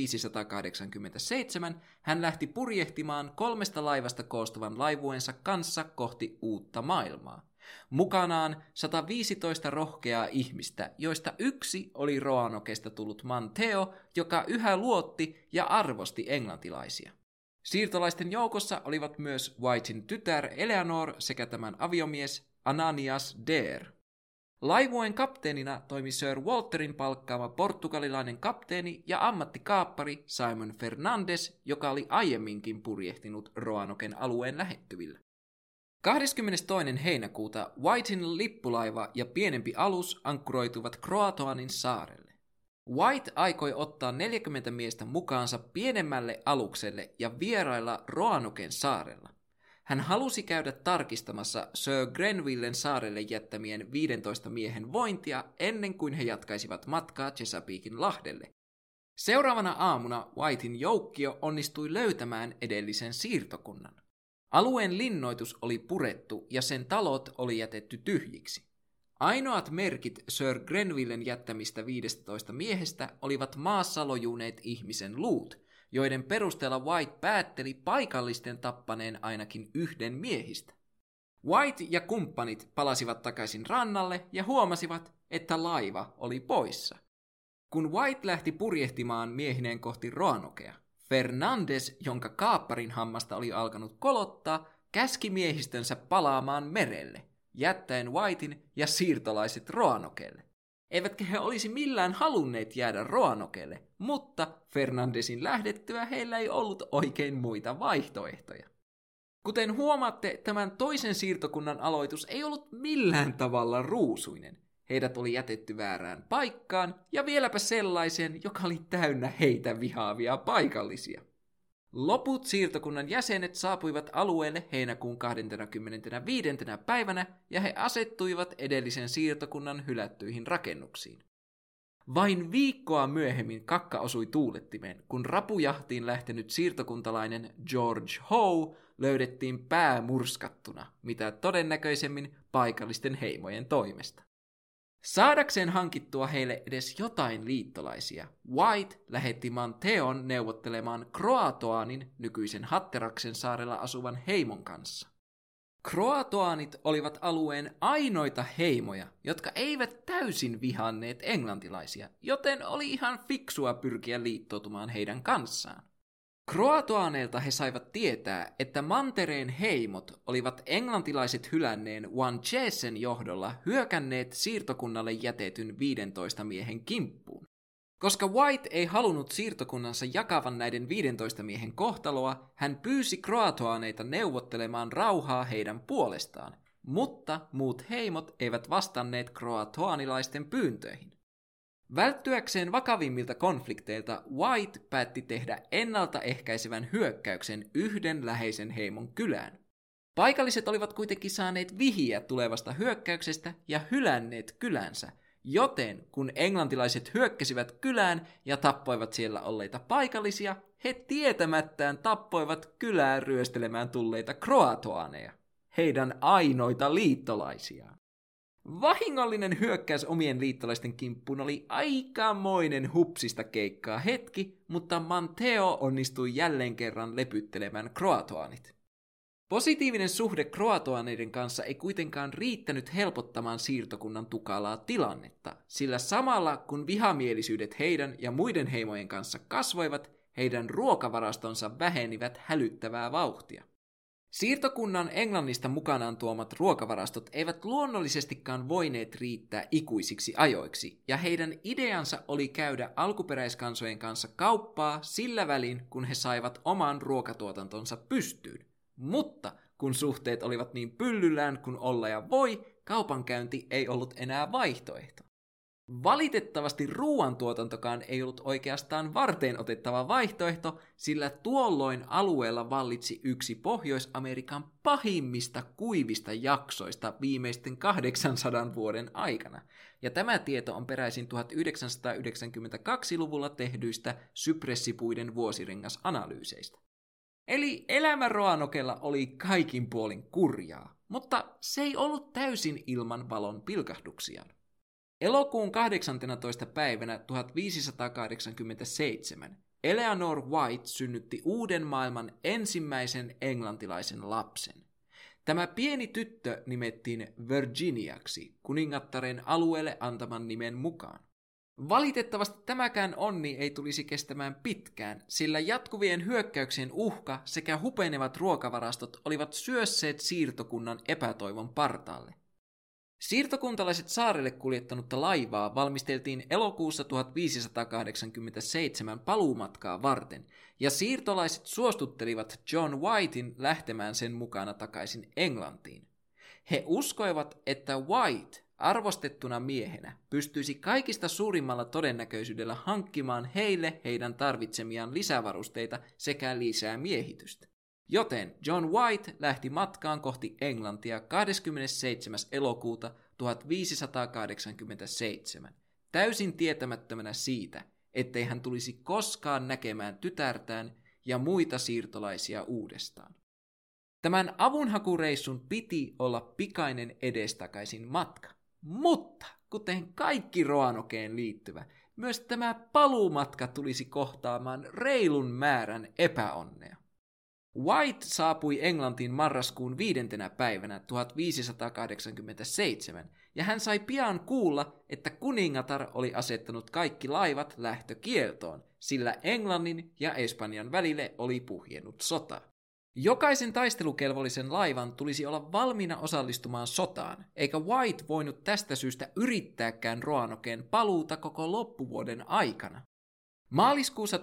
1587 hän lähti purjehtimaan 3 laivasta koostuvan laivueensa kanssa kohti uutta maailmaa. Mukanaan 115 rohkeaa ihmistä, joista yksi oli Roanokesta tullut Manteo, joka yhä luotti ja arvosti englantilaisia. Siirtolaisten joukossa olivat myös Whitein tytär Eleanor sekä tämän aviomies Ananias Dare. Laivueen kapteenina toimi Sir Walterin palkkaama portugalilainen kapteeni ja ammattikaappari Simon Fernandes, joka oli aiemminkin purjehtinut Roanoken alueen lähettyvillä. 22. heinäkuuta Whitein lippulaiva ja pienempi alus ankkuroituivat Croatoanin saarelle. White aikoi ottaa 40 miestä mukaansa pienemmälle alukselle ja vierailla Roanoken saarella. Hän halusi käydä tarkistamassa Sir Grenvillen saarelle jättämien 15 miehen vointia ennen kuin he jatkaisivat matkaa Chesapeaken lahdelle. Seuraavana aamuna Whitein joukkio onnistui löytämään edellisen siirtokunnan. Alueen linnoitus oli purettu ja sen talot oli jätetty tyhjiksi. Ainoat merkit Sir Grenvillen jättämistä 15 miehestä olivat maassa lojuneet ihmisen luut, joiden perusteella White päätteli paikallisten tappaneen ainakin yhden miehistä. White ja kumppanit palasivat takaisin rannalle ja huomasivat, että laiva oli poissa. Kun White lähti purjehtimaan miehineen kohti Roanokea, Fernandes, jonka kaapparin hammasta oli alkanut kolottaa, käski miehistönsä palaamaan merelle, jättäen Whitein ja siirtolaiset Roanokelle. Eivätkä he olisi millään halunneet jäädä Roanokelle, mutta Fernandesin lähdettyä heillä ei ollut oikein muita vaihtoehtoja. Kuten huomaatte, tämän toisen siirtokunnan aloitus ei ollut millään tavalla ruusuinen. Heidät oli jätetty väärään paikkaan ja vieläpä sellaiseen, joka oli täynnä heitä vihaavia paikallisia. Loput siirtokunnan jäsenet saapuivat alueelle heinäkuun 25. päivänä ja he asettuivat edellisen siirtokunnan hylättyihin rakennuksiin. Vain viikkoa myöhemmin kakka osui tuulettimeen, kun rapujahtiin lähtenyt siirtokuntalainen George Howe löydettiin pää murskattuna, mitä todennäköisemmin paikallisten heimojen toimesta. Saadakseen hankittua heille edes jotain liittolaisia, White lähetti Manteon neuvottelemaan Croatoanin nykyisen Hatteraksen saarella asuvan heimon kanssa. Croatoanit olivat alueen ainoita heimoja, jotka eivät täysin vihanneet englantilaisia, joten oli ihan fiksua pyrkiä liittoutumaan heidän kanssaan. Croatoaneilta he saivat tietää, että mantereen heimot olivat englantilaiset hylänneen Wanchesen johdolla hyökänneet siirtokunnalle jätetyn 15 miehen kimppuun. Koska White ei halunnut siirtokunnansa jakavan näiden 15 miehen kohtaloa, hän pyysi Croatoaneita neuvottelemaan rauhaa heidän puolestaan, mutta muut heimot eivät vastanneet croatoanilaisten pyyntöihin. Välttyäkseen vakavimmilta konflikteilta White päätti tehdä ennaltaehkäisevän hyökkäyksen yhden läheisen heimon kylään. Paikalliset olivat kuitenkin saaneet vihiä tulevasta hyökkäyksestä ja hylänneet kylänsä, joten kun englantilaiset hyökkäsivät kylään ja tappoivat siellä olleita paikallisia, he tietämättään tappoivat kylään ryöstelemään tulleita croatoaneja, heidän ainoita liittolaisiaan. Vahingollinen hyökkäys omien liittolaisten kimppuun oli aikamoinen hupsista keikkaa hetki, mutta Manteo onnistui jälleen kerran lepyttelemään Croatoanit. Positiivinen suhde kroatoaneiden kanssa ei kuitenkaan riittänyt helpottamaan siirtokunnan tukalaa tilannetta, sillä samalla kun vihamielisyydet heidän ja muiden heimojen kanssa kasvoivat, heidän ruokavarastonsa vähenivät hälyttävää vauhtia. Siirtokunnan Englannista mukanaan tuomat ruokavarastot eivät luonnollisestikaan voineet riittää ikuisiksi ajoiksi, ja heidän ideansa oli käydä alkuperäiskansojen kanssa kauppaa sillä välin, kun he saivat oman ruokatuotantonsa pystyyn. Mutta kun suhteet olivat niin pyllyllään kuin olla ja voi, kaupankäynti ei ollut enää vaihtoehto. Valitettavasti ruoantuotantokaan ei ollut oikeastaan varteenotettava vaihtoehto, sillä tuolloin alueella vallitsi yksi Pohjois-Amerikan pahimmista kuivista jaksoista viimeisten 800 vuoden aikana, ja tämä tieto on peräisin 1992-luvulla tehdyistä sypressipuiden vuosirengasanalyyseistä. Eli elämä Roanokella oli kaikin puolin kurjaa, mutta se ei ollut täysin ilman valon pilkahduksiaan. Elokuun 18. päivänä 1587 Eleanor White synnytti uuden maailman ensimmäisen englantilaisen lapsen. Tämä pieni tyttö nimettiin Virginiaksi kuningattaren alueelle antaman nimen mukaan. Valitettavasti tämäkään onni ei tulisi kestämään pitkään, sillä jatkuvien hyökkäyksien uhka sekä hupenevat ruokavarastot olivat syösseet siirtokunnan epätoivon partaalle. Siirtokuntalaiset saarelle kuljettanutta laivaa valmisteltiin elokuussa 1587 paluumatkaa varten, ja siirtolaiset suostuttelivat John Whitein lähtemään sen mukana takaisin Englantiin. He uskoivat, että White arvostettuna miehenä pystyisi kaikista suurimmalla todennäköisyydellä hankkimaan heille heidän tarvitsemiaan lisävarusteita sekä lisää miehitystä. Joten John White lähti matkaan kohti Englantia 27. elokuuta 1587, täysin tietämättömänä siitä, ettei hän tulisi koskaan näkemään tytärtään ja muita siirtolaisia uudestaan. Tämän avunhakureissun piti olla pikainen edestakaisin matka, mutta kuten kaikki Roanokeen liittyvä, myös tämä paluumatka tulisi kohtaamaan reilun määrän epäonnea. White saapui Englantiin marraskuun 5. päivänä 1587, ja hän sai pian kuulla, että kuningatar oli asettanut kaikki laivat lähtökieltoon, sillä Englannin ja Espanjan välille oli puhjennut sota. Jokaisen taistelukelvollisen laivan tulisi olla valmiina osallistumaan sotaan, eikä White voinut tästä syystä yrittääkään Roanokeen paluuta koko loppuvuoden aikana. Maaliskuussa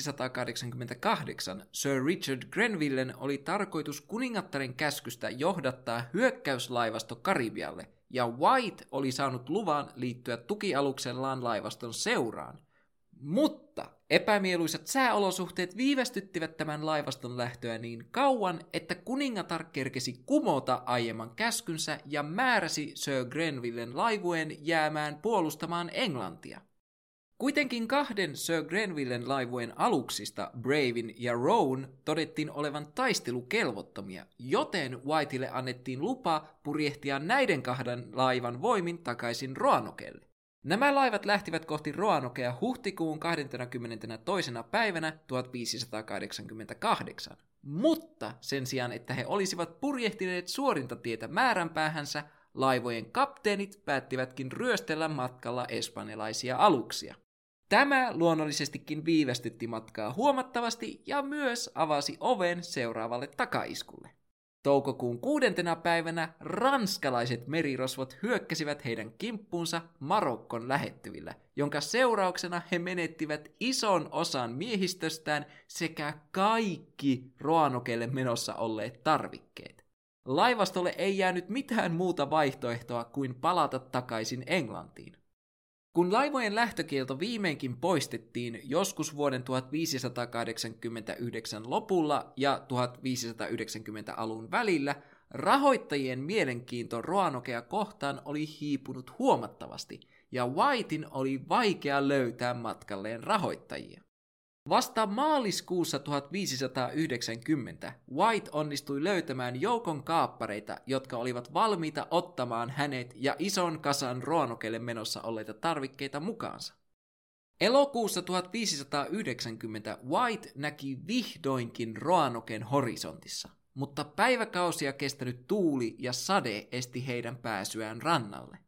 1588 Sir Richard Grenvillen oli tarkoitus kuningattaren käskystä johdattaa hyökkäyslaivasto Karibialle, ja White oli saanut luvan liittyä tukialuksellaan laivaston seuraan. Mutta epämieluisat sääolosuhteet viivästyttivät tämän laivaston lähtöä niin kauan, että kuningatar kerkesi kumota aiemman käskynsä ja määräsi Sir Grenvillen laivueen jäämään puolustamaan Englantia. Kuitenkin kahden Sir Grenvillen laivueen aluksista, Braven ja Rowan, todettiin olevan taistelukelvottomia, joten Whiteille annettiin lupa purjehtia näiden kahden laivan voimin takaisin Roanokelle. Nämä laivat lähtivät kohti Roanokea huhtikuun 22. päivänä 1588, mutta sen sijaan, että he olisivat purjehtineet suorintatietä määränpäähänsä, laivojen kapteenit päättivätkin ryöstellä matkalla espanjalaisia aluksia. Tämä luonnollisestikin viivästytti matkaa huomattavasti ja myös avasi oven seuraavalle takaiskulle. Toukokuun 6. päivänä ranskalaiset merirosvot hyökkäsivät heidän kimppuunsa Marokkon lähettyvillä, jonka seurauksena he menettivät ison osan miehistöstään sekä kaikki Roanokelle menossa olleet tarvikkeet. Laivastolle ei jäänyt mitään muuta vaihtoehtoa kuin palata takaisin Englantiin. Kun laivojen lähtökielto viimeinkin poistettiin joskus vuoden 1589 lopulla ja 1590 alun välillä, rahoittajien mielenkiinto Roanokea kohtaan oli hiipunut huomattavasti, ja Whitein oli vaikea löytää matkalleen rahoittajia. Vasta maaliskuussa 1590 White onnistui löytämään joukon kaappareita, jotka olivat valmiita ottamaan hänet ja ison kasan Roanokelle menossa olleita tarvikkeita mukaansa. Elokuussa 1590 White näki vihdoinkin Roanoken horisontissa, mutta päiväkausia kestänyt tuuli ja sade esti heidän pääsyään rannalle.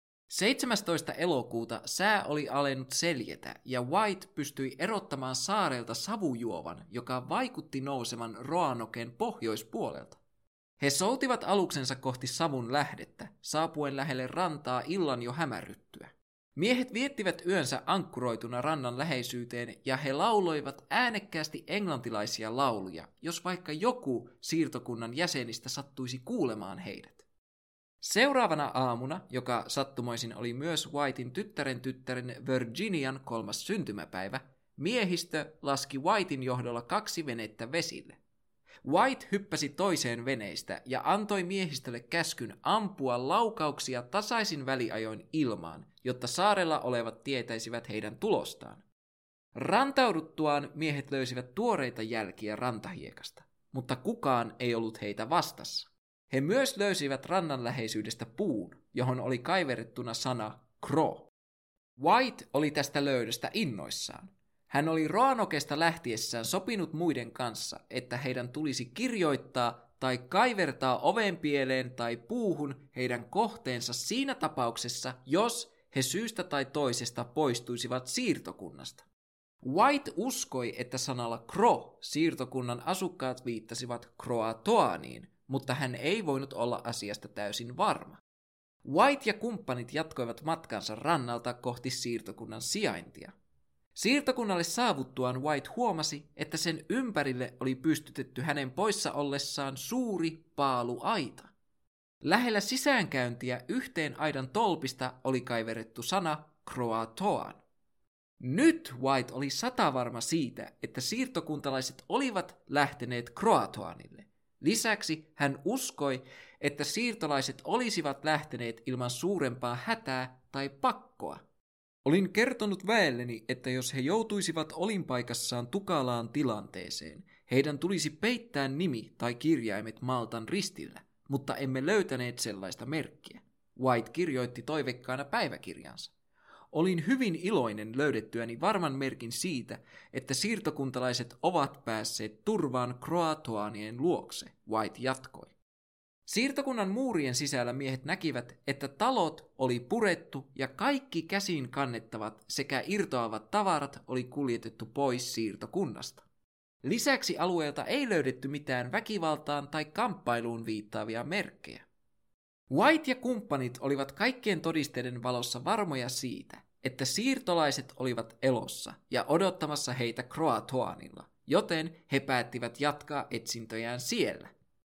17. elokuuta sää oli alennut seljetä ja White pystyi erottamaan saarelta savujuovan, joka vaikutti nousevan Roanoken pohjoispuolelta. He soutivat aluksensa kohti savun lähdettä, saapuen lähelle rantaa illan jo hämärryttyä. Miehet viettivät yönsä ankkuroituna rannan läheisyyteen ja he lauloivat äänekkäästi englantilaisia lauluja, jos vaikka joku siirtokunnan jäsenistä sattuisi kuulemaan heidät. Seuraavana aamuna, joka sattumoisin oli myös Whiten tyttären Virginian 3. syntymäpäivä, miehistö laski Whiten johdolla 2 venettä vesille. White hyppäsi toiseen veneistä ja antoi miehistölle käskyn ampua laukauksia tasaisin väliajoin ilmaan, jotta saarella olevat tietäisivät heidän tulostaan. Rantauduttuaan miehet löysivät tuoreita jälkiä rantahiekasta, mutta kukaan ei ollut heitä vastassa. He myös löysivät rannan läheisyydestä puun, johon oli kaiverrettuna sana Crow. White oli tästä löydöstä innoissaan. Hän oli Roanokesta lähtiessään sopinut muiden kanssa, että heidän tulisi kirjoittaa tai kaivertaa ovenpieleen tai puuhun heidän kohteensa siinä tapauksessa, jos he syystä tai toisesta poistuisivat siirtokunnasta. White uskoi, että sanalla Crow siirtokunnan asukkaat viittasivat Croatoaniin, mutta hän ei voinut olla asiasta täysin varma. White ja kumppanit jatkoivat matkansa rannalta kohti siirtokunnan sijaintia. Siirtokunnalle saavuttuaan White huomasi, että sen ympärille oli pystytetty hänen poissa ollessaan suuri paaluaita. Lähellä sisäänkäyntiä yhteen aidan tolpista oli kaiverrettu sana Croatoan. Nyt White oli satavarma siitä, että siirtokuntalaiset olivat lähteneet Croatoanille. Lisäksi hän uskoi, että siirtolaiset olisivat lähteneet ilman suurempaa hätää tai pakkoa. Olin kertonut väelleni, että jos he joutuisivat olinpaikassaan tukalaan tilanteeseen, heidän tulisi peittää nimi tai kirjaimet maltan ristillä, mutta emme löytäneet sellaista merkkiä. White kirjoitti toivekkaana päiväkirjansa. Olin hyvin iloinen löydettyäni varman merkin siitä, että siirtokuntalaiset ovat päässeet turvaan Croatoanien luokse, White jatkoi. Siirtokunnan muurien sisällä miehet näkivät, että talot oli purettu ja kaikki käsin kannettavat sekä irtoavat tavarat oli kuljetettu pois siirtokunnasta. Lisäksi alueelta ei löydetty mitään väkivaltaan tai kamppailuun viittaavia merkkejä. White ja kumppanit olivat kaikkien todisteiden valossa varmoja siitä, että siirtolaiset olivat elossa ja odottamassa heitä Croatoanilla, joten he päättivät jatkaa etsintöjään siellä.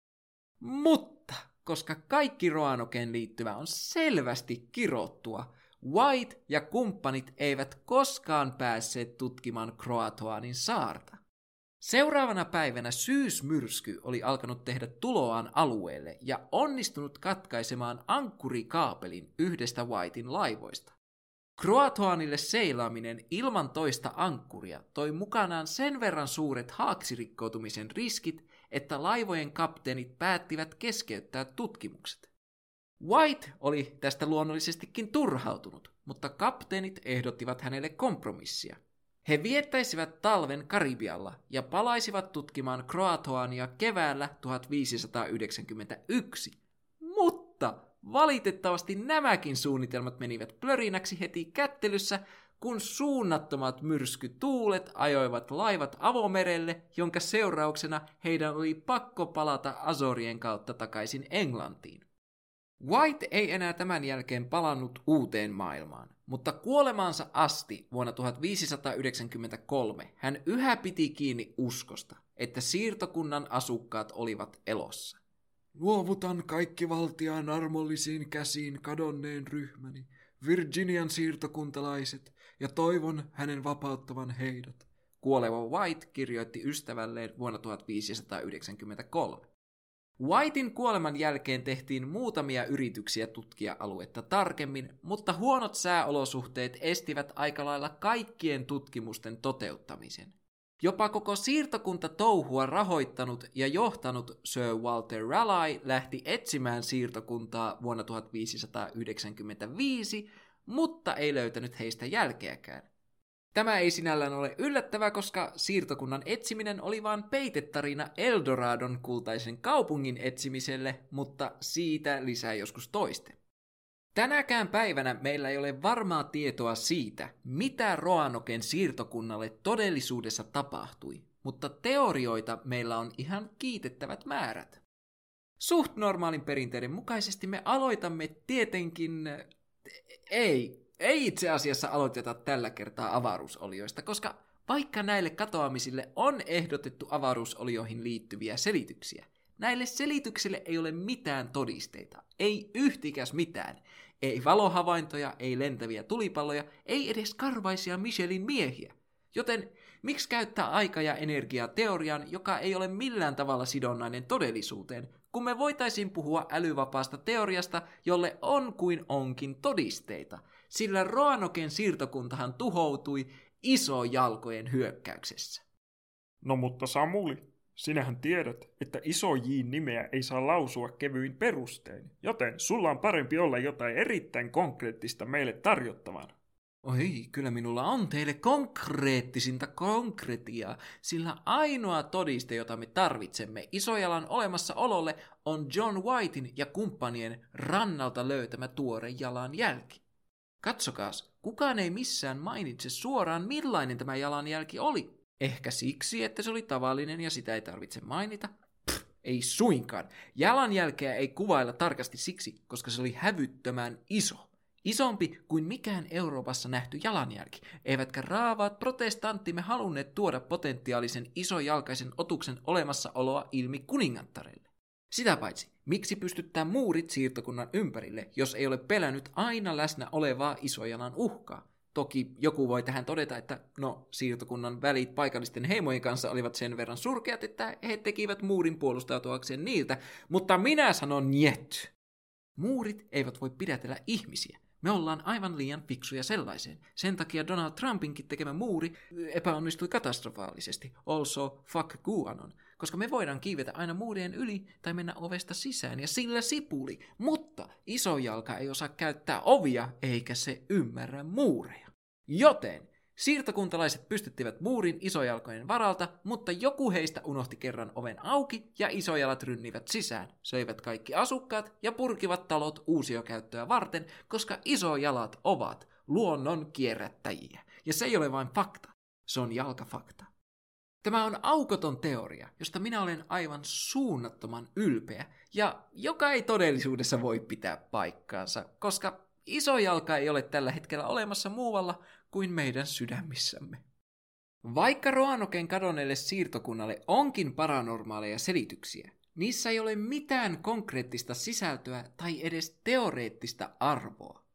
Mutta koska kaikki Roanokeen liittyvä on selvästi kirottua, White ja kumppanit eivät koskaan päässeet tutkimaan Croatoanin saarta. Seuraavana päivänä syysmyrsky oli alkanut tehdä tuloaan alueelle ja onnistunut katkaisemaan ankkurikaapelin yhdestä Whiten laivoista. Croatoanille seilaaminen ilman toista ankkuria toi mukanaan sen verran suuret haaksirikkoutumisen riskit, että laivojen kapteenit päättivät keskeyttää tutkimukset. White oli tästä luonnollisestikin turhautunut, mutta kapteenit ehdottivat hänelle kompromissia. He viettäisivät talven Karibialla ja palaisivat tutkimaan Croatoania keväällä 1591, mutta valitettavasti nämäkin suunnitelmat menivät plörinäksi heti kättelyssä, kun suunnattomat myrskytuulet ajoivat laivat avomerelle, jonka seurauksena heidän oli pakko palata Azorien kautta takaisin Englantiin. White ei enää tämän jälkeen palannut uuteen maailmaan, mutta kuolemaansa asti vuonna 1593 hän yhä piti kiinni uskosta, että siirtokunnan asukkaat olivat elossa. Luovutan kaikki valtiaan armollisiin käsiin kadonneen ryhmäni, Virginian siirtokuntalaiset, ja toivon hänen vapauttavan heidät, kuoleva White kirjoitti ystävälleen vuonna 1593. Whiten kuoleman jälkeen tehtiin muutamia yrityksiä tutkia aluetta tarkemmin, mutta huonot sääolosuhteet estivät aika lailla kaikkien tutkimusten toteuttamisen. Jopa koko siirtokuntatouhua rahoittanut ja johtanut Sir Walter Raleigh lähti etsimään siirtokuntaa vuonna 1595, mutta ei löytänyt heistä jälkeäkään. Tämä ei sinällään ole yllättävää, koska siirtokunnan etsiminen oli vain peitetarina Eldoradon kultaisen kaupungin etsimiselle, mutta siitä lisää joskus toiste. Tänäkään päivänä meillä ei ole varmaa tietoa siitä, mitä Roanoken siirtokunnalle todellisuudessa tapahtui, mutta teorioita meillä on ihan kiitettävät määrät. Suht normaalin perinteiden mukaisesti me aloitamme tietenkin... Ei itse asiassa aloiteta tällä kertaa avaruusolioista, koska vaikka näille katoamisille on ehdotettu avaruusolioihin liittyviä selityksiä, näille selityksille ei ole mitään todisteita, ei yhtikäs mitään. Ei valohavaintoja, ei lentäviä tulipalloja, ei edes karvaisia Michelin miehiä. Joten miksi käyttää aikaa ja energiaa teoriaan, joka ei ole millään tavalla sidonnainen todellisuuteen, kun me voitaisiin puhua älyvapaasta teoriasta, jolle on kuin onkin todisteita, sillä Roanoken siirtokuntahan tuhoutui isojalkojen hyökkäyksessä. No mutta Samuli, sinähän tiedät, että iso J:n nimeä ei saa lausua kevyin perustein, joten sulla on parempi olla jotain erittäin konkreettista meille tarjottavana. Oi, kyllä minulla on teille konkreettisinta konkretiaa, sillä ainoa todiste, jota me tarvitsemme isojalan olemassaololle, on John Whitein ja kumppanien rannalta löytämä tuore jalanjälki. Katsokaas, kukaan ei missään mainitse suoraan, millainen tämä jalanjälki oli. Ehkä siksi, että se oli tavallinen ja sitä ei tarvitse mainita. Ei suinkaan. Jalanjälkeä ei kuvailla tarkasti siksi, koska se oli hävyttömän iso. Isompi kuin mikään Euroopassa nähty jalanjälki, eivätkä raavaat protestanttimme halunneet tuoda potentiaalisen isojalkaisen otuksen olemassaoloa ilmi kuningattarelle. Sitä paitsi, miksi pystyttää muurit siirtokunnan ympärille, jos ei ole pelännyt aina läsnä olevaa isojalan uhkaa? Toki joku voi tähän todeta, että siirtokunnan välit paikallisten heimojen kanssa olivat sen verran surkeat, että he tekivät muurin puolustautuakseen niiltä, mutta minä sanon njet. Muurit eivät voi pidätellä ihmisiä. Me ollaan aivan liian fiksuja sellaiseen. Sen takia Donald Trumpinkin tekemä muuri epäonnistui katastrofaalisesti. Also fuck QAnon. Koska me voidaan kiivetä aina muurien yli tai mennä ovesta sisään ja sillä sipuli. Mutta isojalka ei osaa käyttää ovia eikä se ymmärrä muureja. Joten siirtokuntalaiset pystyttivät muurin isojalkojen varalta, mutta joku heistä unohti kerran oven auki ja isojalat rynnivät sisään, söivät kaikki asukkaat ja purkivat talot uusiokäyttöä varten, koska isojalat ovat luonnon kierrättäjiä. Ja se ei ole vain fakta, se on jalkafakta. Tämä on aukoton teoria, josta minä olen aivan suunnattoman ylpeä ja joka ei todellisuudessa voi pitää paikkaansa, koska isojalka ei ole tällä hetkellä olemassa muualla kuin meidän sydämissämme. Vaikka Roanoken kadonneelle siirtokunnalle onkin paranormaaleja selityksiä, niissä ei ole mitään konkreettista sisältöä tai edes teoreettista arvoa.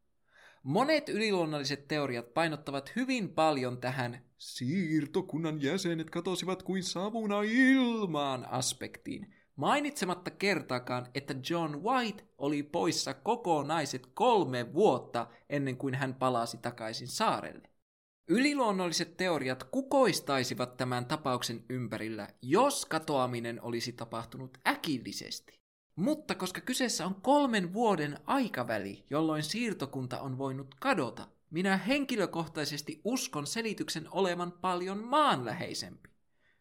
Monet yliluonnolliset teoriat painottavat hyvin paljon tähän siirtokunnan jäsenet katosivat kuin savuna ilmaan aspektiin, mainitsematta kertaakaan, että John White oli poissa kokonaiset 3 vuotta ennen kuin hän palasi takaisin saarelle. Yliluonnolliset teoriat kukoistaisivat tämän tapauksen ympärillä, jos katoaminen olisi tapahtunut äkillisesti. Mutta koska kyseessä on 3 vuoden aikaväli, jolloin siirtokunta on voinut kadota, minä henkilökohtaisesti uskon selityksen olevan paljon maanläheisempi.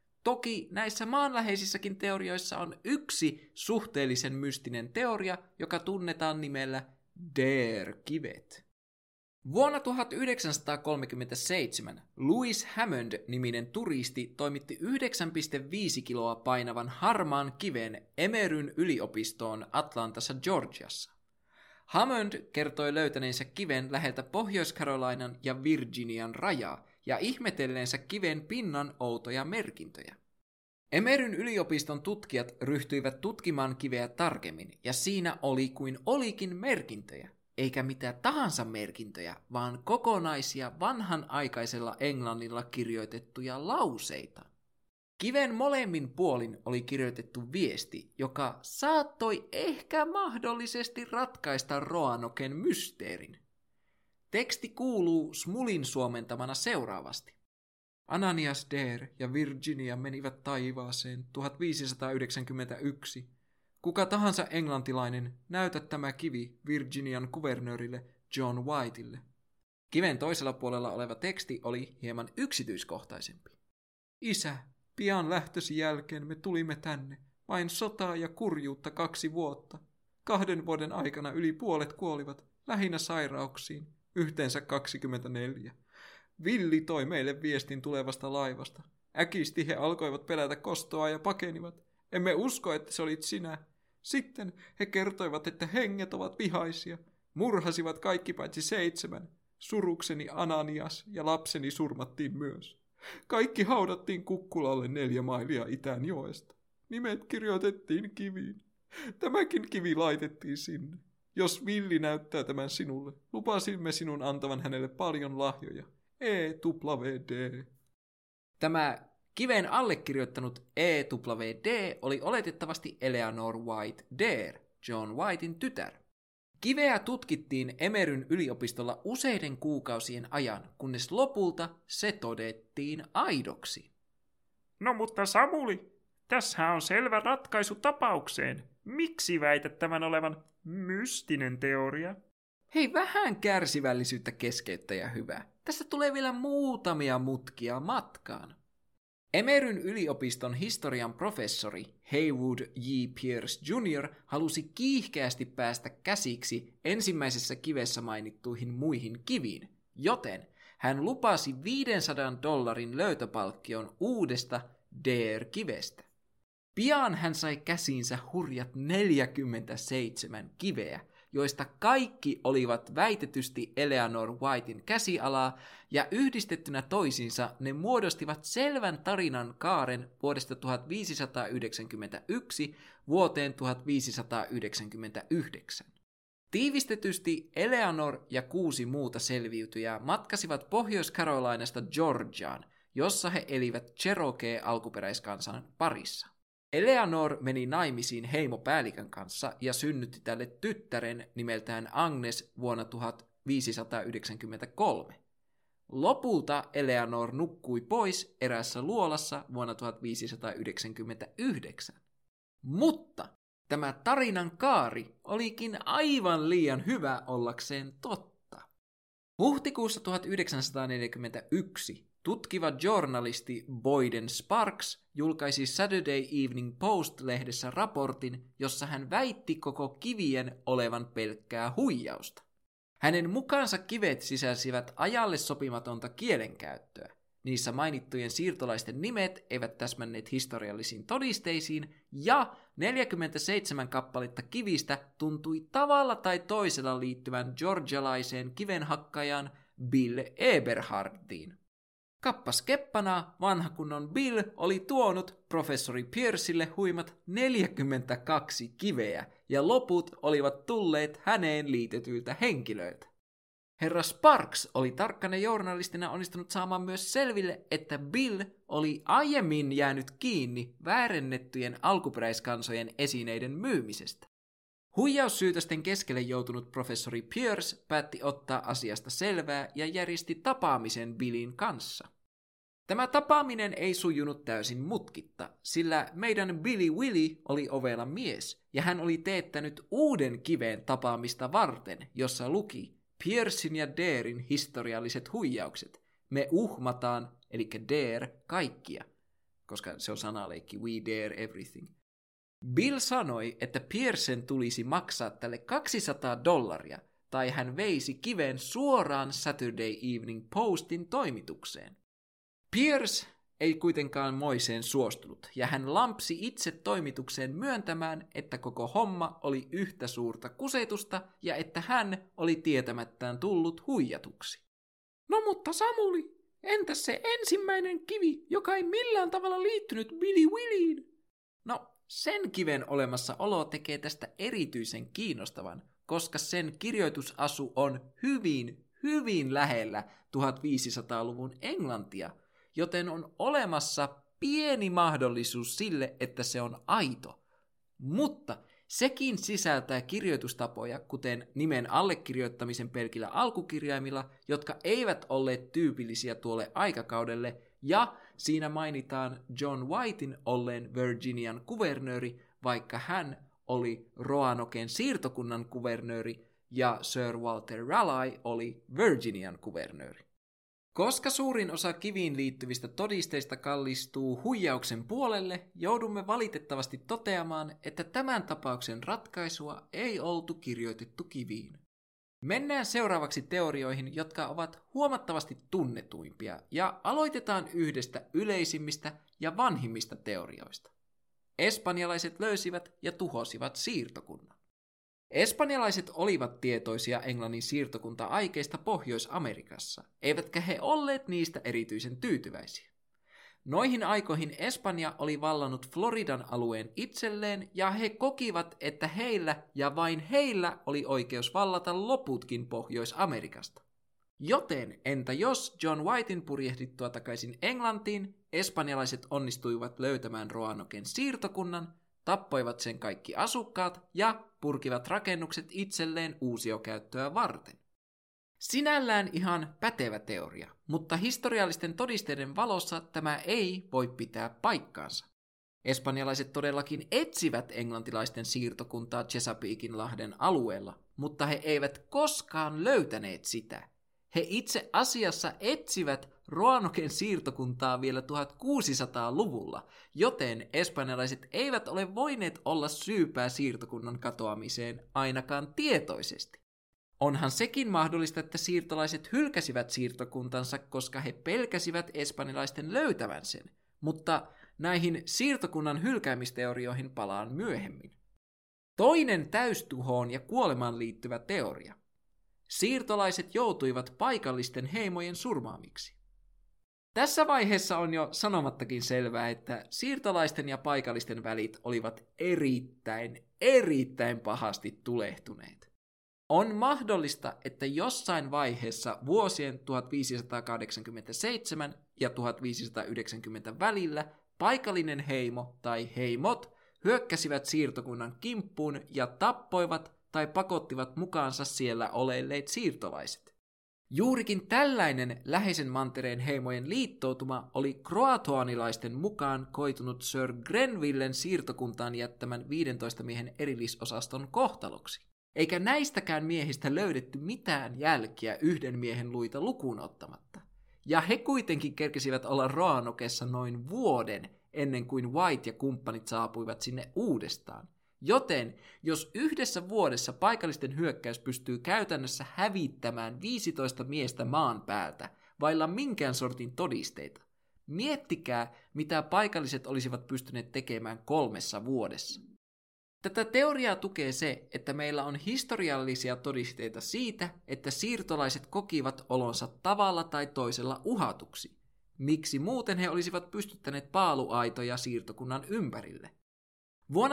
Toki näissä maanläheisissäkin teorioissa on yksi suhteellisen mystinen teoria, joka tunnetaan nimellä Dare-kivet. Vuonna 1937 Louis Hammond-niminen turisti toimitti 9,5 kiloa painavan harmaan kiven Emeryn yliopistoon Atlantassa, Georgiassa. Hammond kertoi löytäneensä kiven läheltä Pohjois-Carolinan ja Virginian rajaa ja ihmetelleensä kiven pinnan outoja merkintöjä. Emeryn yliopiston tutkijat ryhtyivät tutkimaan kiveä tarkemmin, ja siinä oli kuin olikin merkintöjä. Eikä mitä tahansa merkintöjä, vaan kokonaisia vanhanaikaisella englannilla kirjoitettuja lauseita. Kiven molemmin puolin oli kirjoitettu viesti, joka saattoi ehkä mahdollisesti ratkaista Roanoken mysteerin. Teksti kuuluu Smulin suomentamana seuraavasti. Ananias Dare ja Virginia menivät taivaaseen 1591. Kuka tahansa englantilainen, näytä tämä kivi Virginian kuvernöörille John Whiteille. Kiven toisella puolella oleva teksti oli hieman yksityiskohtaisempi. Isä, pian lähtösi jälkeen me tulimme tänne. Vain sotaa ja kurjuutta 2 vuotta. 2 vuoden aikana yli puolet kuolivat, lähinnä sairauksiin, yhteensä 24. Villi toi meille viestin tulevasta laivasta. Äkisti he alkoivat pelätä kostoa ja pakenivat. Emme usko, että se olit sinä. Sitten he kertoivat, että henget ovat vihaisia. Murhasivat kaikki paitsi 7. Surukseni Ananias ja lapseni surmattiin myös. Kaikki haudattiin kukkulalle 4 mailia itään joesta. Nimet kirjoitettiin kiviin. Tämäkin kivi laitettiin sinne. Jos Villi näyttää tämän sinulle, lupasimme sinun antavan hänelle paljon lahjoja. EWD. Tämä kiven allekirjoittanut EWD oli oletettavasti Eleanor White Dare, John Whiten tytär. Kiveä tutkittiin Emeryn yliopistolla useiden kuukausien ajan, kunnes lopulta se todettiin aidoksi. No mutta Samuli, tässä on selvä ratkaisu tapaukseen. Miksi väität tämän olevan mystinen teoria? Hei, vähän kärsivällisyyttä keskeyttäjä hyvä. Tästä tulee vielä muutamia mutkia matkaan. Emeryn yliopiston historian professori Haywood J. Pierce Jr. halusi kiihkeästi päästä käsiksi ensimmäisessä kivessä mainittuihin muihin kiviin, joten hän lupasi $500 löytöpalkkion uudesta Dare-kivestä. Pian hän sai käsiinsä hurjat 47 kiveä, joista kaikki olivat väitetysti Eleanor Whiten käsialaa, ja yhdistettynä toisiinsa ne muodostivat selvän tarinan kaaren vuodesta 1591 vuoteen 1599. Tiivistetysti Eleanor ja 6 muuta selviytyjää matkasivat Pohjois-Carolinasta Georgiaan, jossa he elivät Cherokee-alkuperäiskansan parissa. Eleanor meni naimisiin heimopäällikön kanssa ja synnytti tälle tyttären nimeltään Agnes vuonna 1593. Lopulta Eleanor nukkui pois eräässä luolassa vuonna 1599. Mutta tämä tarinan kaari olikin aivan liian hyvä ollakseen totta. Huhtikuussa 1941 tutkiva journalisti Boyden Sparks julkaisi Saturday Evening Post-lehdessä raportin, jossa hän väitti koko kivien olevan pelkkää huijausta. Hänen mukaansa kivet sisälsivät ajalle sopimatonta kielenkäyttöä. Niissä mainittujen siirtolaisten nimet eivät täsmänneet historiallisiin todisteisiin, ja 47 kappaletta kivistä tuntui tavalla tai toisella liittyvän georgialaiseen kivenhakkajaan Bill Eberhardiin. Kappas keppana vanha kunnon Bill oli tuonut professori Piercelle huimat 42 kiveä, ja loput olivat tulleet häneen liitetyiltä henkilöiltä. Herra Sparks oli tarkkana journalistina onnistunut saamaan myös selville, että Bill oli aiemmin jäänyt kiinni väärennettyjen alkuperäiskansojen esineiden myymisestä. Huijaussyytösten keskelle joutunut professori Pierce päätti ottaa asiasta selvää ja järjesti tapaamisen Billin kanssa. Tämä tapaaminen ei sujunut täysin mutkitta, sillä meidän Billy Willy oli ovela mies, ja hän oli teettänyt uuden kiveen tapaamista varten, jossa luki Piercin ja Daren historialliset huijaukset. Me uhmataan, eli dare, kaikkia, koska se on sanaleikki, we dare everything. Bill sanoi, että Piercen tulisi maksaa tälle $200, tai hän veisi kiven suoraan Saturday Evening Postin toimitukseen. Pierce ei kuitenkaan moiseen suostunut, ja hän lampsi itse toimitukseen myöntämään, että koko homma oli yhtä suurta kusetusta, ja että hän oli tietämättään tullut huijatuksi. No mutta Samuli, entäs se ensimmäinen kivi, joka ei millään tavalla liittynyt Billy Willyin? No, sen kiven olemassaolo tekee tästä erityisen kiinnostavan, koska sen kirjoitusasu on hyvin lähellä 1500-luvun Englantia, joten on olemassa pieni mahdollisuus sille, että se on aito. Mutta sekin sisältää kirjoitustapoja, kuten nimen allekirjoittamisen pelkillä alkukirjaimilla, jotka eivät olleet tyypillisiä tuolle aikakaudelle, ja siinä mainitaan John Whiten olleen Virginian kuvernööri, vaikka hän oli Roanoken siirtokunnan kuvernööri, ja Sir Walter Raleigh oli Virginian kuvernööri. Koska suurin osa kiviin liittyvistä todisteista kallistuu huijauksen puolelle, joudumme valitettavasti toteamaan, että tämän tapauksen ratkaisua ei oltu kirjoitettu kiviin. Mennään seuraavaksi teorioihin, jotka ovat huomattavasti tunnetuimpia, ja aloitetaan yhdestä yleisimmistä ja vanhimmista teorioista. Espanjalaiset löysivät ja tuhosivat siirtokunnan. Espanjalaiset olivat tietoisia Englannin siirtokunta-aikeista Pohjois-Amerikassa, eivätkä he olleet niistä erityisen tyytyväisiä. Noihin aikoihin Espanja oli vallannut Floridan alueen itselleen, ja he kokivat, että heillä ja vain heillä oli oikeus vallata loputkin Pohjois-Amerikasta. Joten entä jos John Whiten purjehdittua takaisin Englantiin, espanjalaiset onnistuivat löytämään Roanoken siirtokunnan, tappoivat sen kaikki asukkaat ja purkivat rakennukset itselleen uusiokäyttöä varten. Sinällään ihan pätevä teoria, mutta historiallisten todisteiden valossa tämä ei voi pitää paikkaansa. Espanjalaiset todellakin etsivät englantilaisten siirtokuntaa Chesapeakenlahden alueella, mutta he eivät koskaan löytäneet sitä. He itse asiassa etsivät Roanoken siirtokuntaa vielä 1600-luvulla, joten espanjalaiset eivät ole voineet olla syypää siirtokunnan katoamiseen ainakaan tietoisesti. Onhan sekin mahdollista, että siirtolaiset hylkäsivät siirtokuntansa, koska he pelkäsivät espanjalaisten löytävän sen, mutta näihin siirtokunnan hylkäämisteorioihin palaan myöhemmin. Toinen täystuhoon ja kuolemaan liittyvä teoria. Siirtolaiset joutuivat paikallisten heimojen surmaamiksi. Tässä vaiheessa on jo sanomattakin selvää, että siirtolaisten ja paikallisten välit olivat erittäin pahasti tulehtuneet. On mahdollista, että jossain vaiheessa vuosien 1587 ja 1590 välillä paikallinen heimo tai heimot hyökkäsivät siirtokunnan kimppuun ja tappoivat tai pakottivat mukaansa siellä oleilleet siirtolaiset. Juurikin tällainen läheisen mantereen heimojen liittoutuma oli kroatoanilaisten mukaan koitunut Sir Grenvillen siirtokuntaan jättämän 15 miehen erillisosaston kohtaloksi. Eikä näistäkään miehistä löydetty mitään jälkiä yhden miehen luita lukuun ottamatta. Ja he kuitenkin kerkesivät olla Roanokessa noin vuoden ennen kuin White ja kumppanit saapuivat sinne uudestaan. Joten jos yhdessä vuodessa paikallisten hyökkäys pystyy käytännössä hävittämään 15 miestä maan päältä, vailla minkään sortin todisteita, miettikää, mitä paikalliset olisivat pystyneet tekemään 3 vuodessa. Tätä teoriaa tukee se, että meillä on historiallisia todisteita siitä, että siirtolaiset kokivat olonsa tavalla tai toisella uhatuksi. Miksi muuten he olisivat pystyttäneet paaluaitoja siirtokunnan ympärille? Vuonna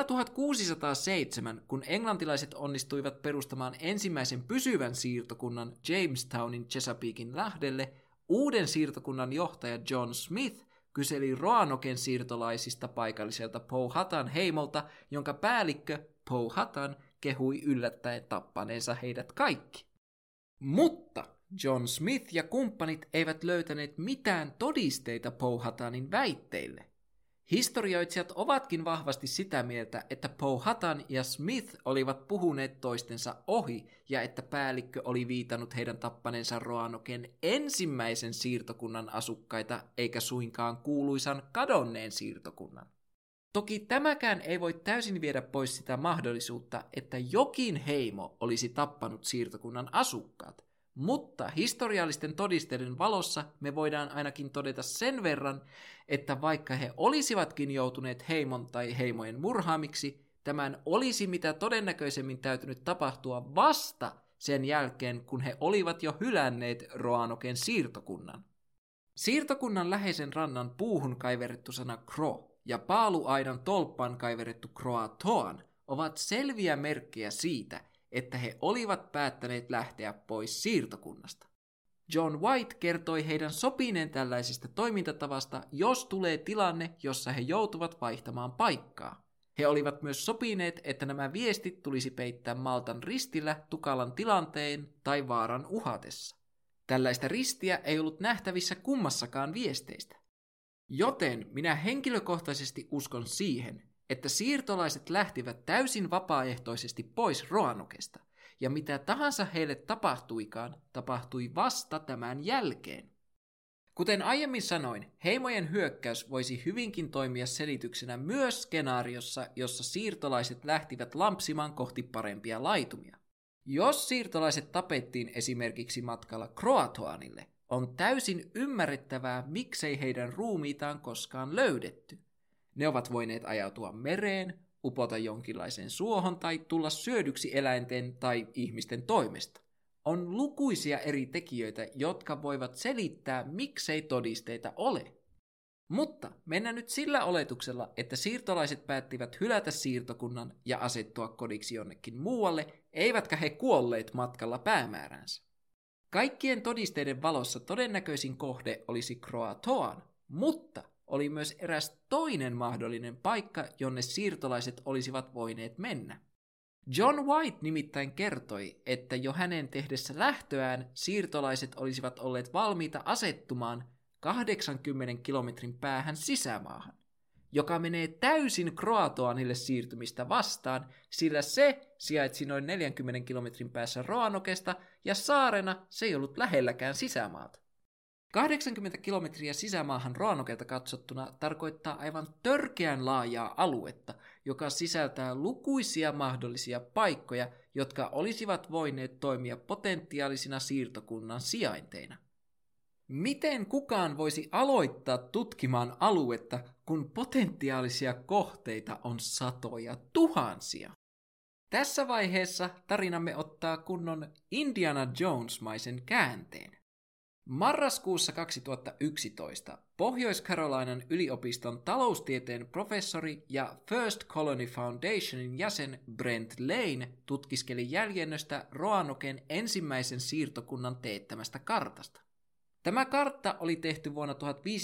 1607, kun englantilaiset onnistuivat perustamaan ensimmäisen pysyvän siirtokunnan Jamestownin Chesapeakenlahdelle, uuden siirtokunnan johtaja John Smith kyseli Roanoken siirtolaisista paikalliselta Powhatan heimolta, jonka päällikkö Powhatan kehui yllättäen tappaneensa heidät kaikki. Mutta John Smith ja kumppanit eivät löytäneet mitään todisteita Powhatanin väitteille. Historioitsijat ovatkin vahvasti sitä mieltä, että Powhatan ja Smith olivat puhuneet toistensa ohi ja että päällikkö oli viitannut heidän tappaneensa Roanoken ensimmäisen siirtokunnan asukkaita eikä suinkaan kuuluisan kadonneen siirtokunnan. Toki tämäkään ei voi täysin viedä pois sitä mahdollisuutta, että jokin heimo olisi tappanut siirtokunnan asukkaat. Mutta historiallisten todisteiden valossa me voidaan ainakin todeta sen verran, että vaikka he olisivatkin joutuneet heimon tai heimojen murhaamiksi, tämän olisi mitä todennäköisemmin täytynyt tapahtua vasta sen jälkeen, kun he olivat jo hylänneet Roanoken siirtokunnan. Siirtokunnan läheisen rannan puuhun kaiverrettu sana Cro ja paaluaidan tolppaan kaiverrettu Croatoan ovat selviä merkkejä siitä, että he olivat päättäneet lähteä pois siirtokunnasta. John White kertoi heidän sopineen tällaisesta toimintatavasta, jos tulee tilanne, jossa he joutuvat vaihtamaan paikkaa. He olivat myös sopineet, että nämä viestit tulisi peittää Maltan ristillä tukalan tilanteen tai vaaran uhatessa. Tällaista ristiä ei ollut nähtävissä kummassakaan viesteistä. Joten minä henkilökohtaisesti uskon siihen, että siirtolaiset lähtivät täysin vapaaehtoisesti pois Roanokesta, ja mitä tahansa heille tapahtuikaan, tapahtui vasta tämän jälkeen. Kuten aiemmin sanoin, heimojen hyökkäys voisi hyvinkin toimia selityksenä myös skenaariossa, jossa siirtolaiset lähtivät lampsimaan kohti parempia laitumia. Jos siirtolaiset tapettiin esimerkiksi matkalla Croatoanille, on täysin ymmärrettävää, miksei heidän ruumiitaan koskaan löydetty. Ne ovat voineet ajautua mereen, upota jonkinlaiseen suohon tai tulla syödyksi eläinten tai ihmisten toimesta. On lukuisia eri tekijöitä, jotka voivat selittää, miksei todisteita ole. Mutta mennään nyt sillä oletuksella, että siirtolaiset päättivät hylätä siirtokunnan ja asettua kodiksi jonnekin muualle, eivätkä he kuolleet matkalla päämääränsä. Kaikkien todisteiden valossa todennäköisin kohde olisi Croatoan, mutta oli myös eräs toinen mahdollinen paikka, jonne siirtolaiset olisivat voineet mennä. John White nimittäin kertoi, että jo hänen tehdessä lähtöään siirtolaiset olisivat olleet valmiita asettumaan 80 kilometrin päähän sisämaahan, joka menee täysin Croatoanille siirtymistä vastaan, sillä se sijaitsi noin 40 kilometrin päässä Roanokesta ja saarena se ei ollut lähelläkään sisämaata. 80 kilometriä sisämaahan Roanokelta katsottuna tarkoittaa aivan törkeän laajaa aluetta, joka sisältää lukuisia mahdollisia paikkoja, jotka olisivat voineet toimia potentiaalisina siirtokunnan sijainteina. Miten kukaan voisi aloittaa tutkimaan aluetta, kun potentiaalisia kohteita on satoja tuhansia? Tässä vaiheessa tarinamme ottaa kunnon Indiana Jones-maisen käänteen. Marraskuussa 2011 Pohjois-Carolinan yliopiston taloustieteen professori ja First Colony Foundationin jäsen Brent Lane tutkiskeli jäljennöstä Roanoken ensimmäisen siirtokunnan teettämästä kartasta. Tämä kartta oli tehty vuonna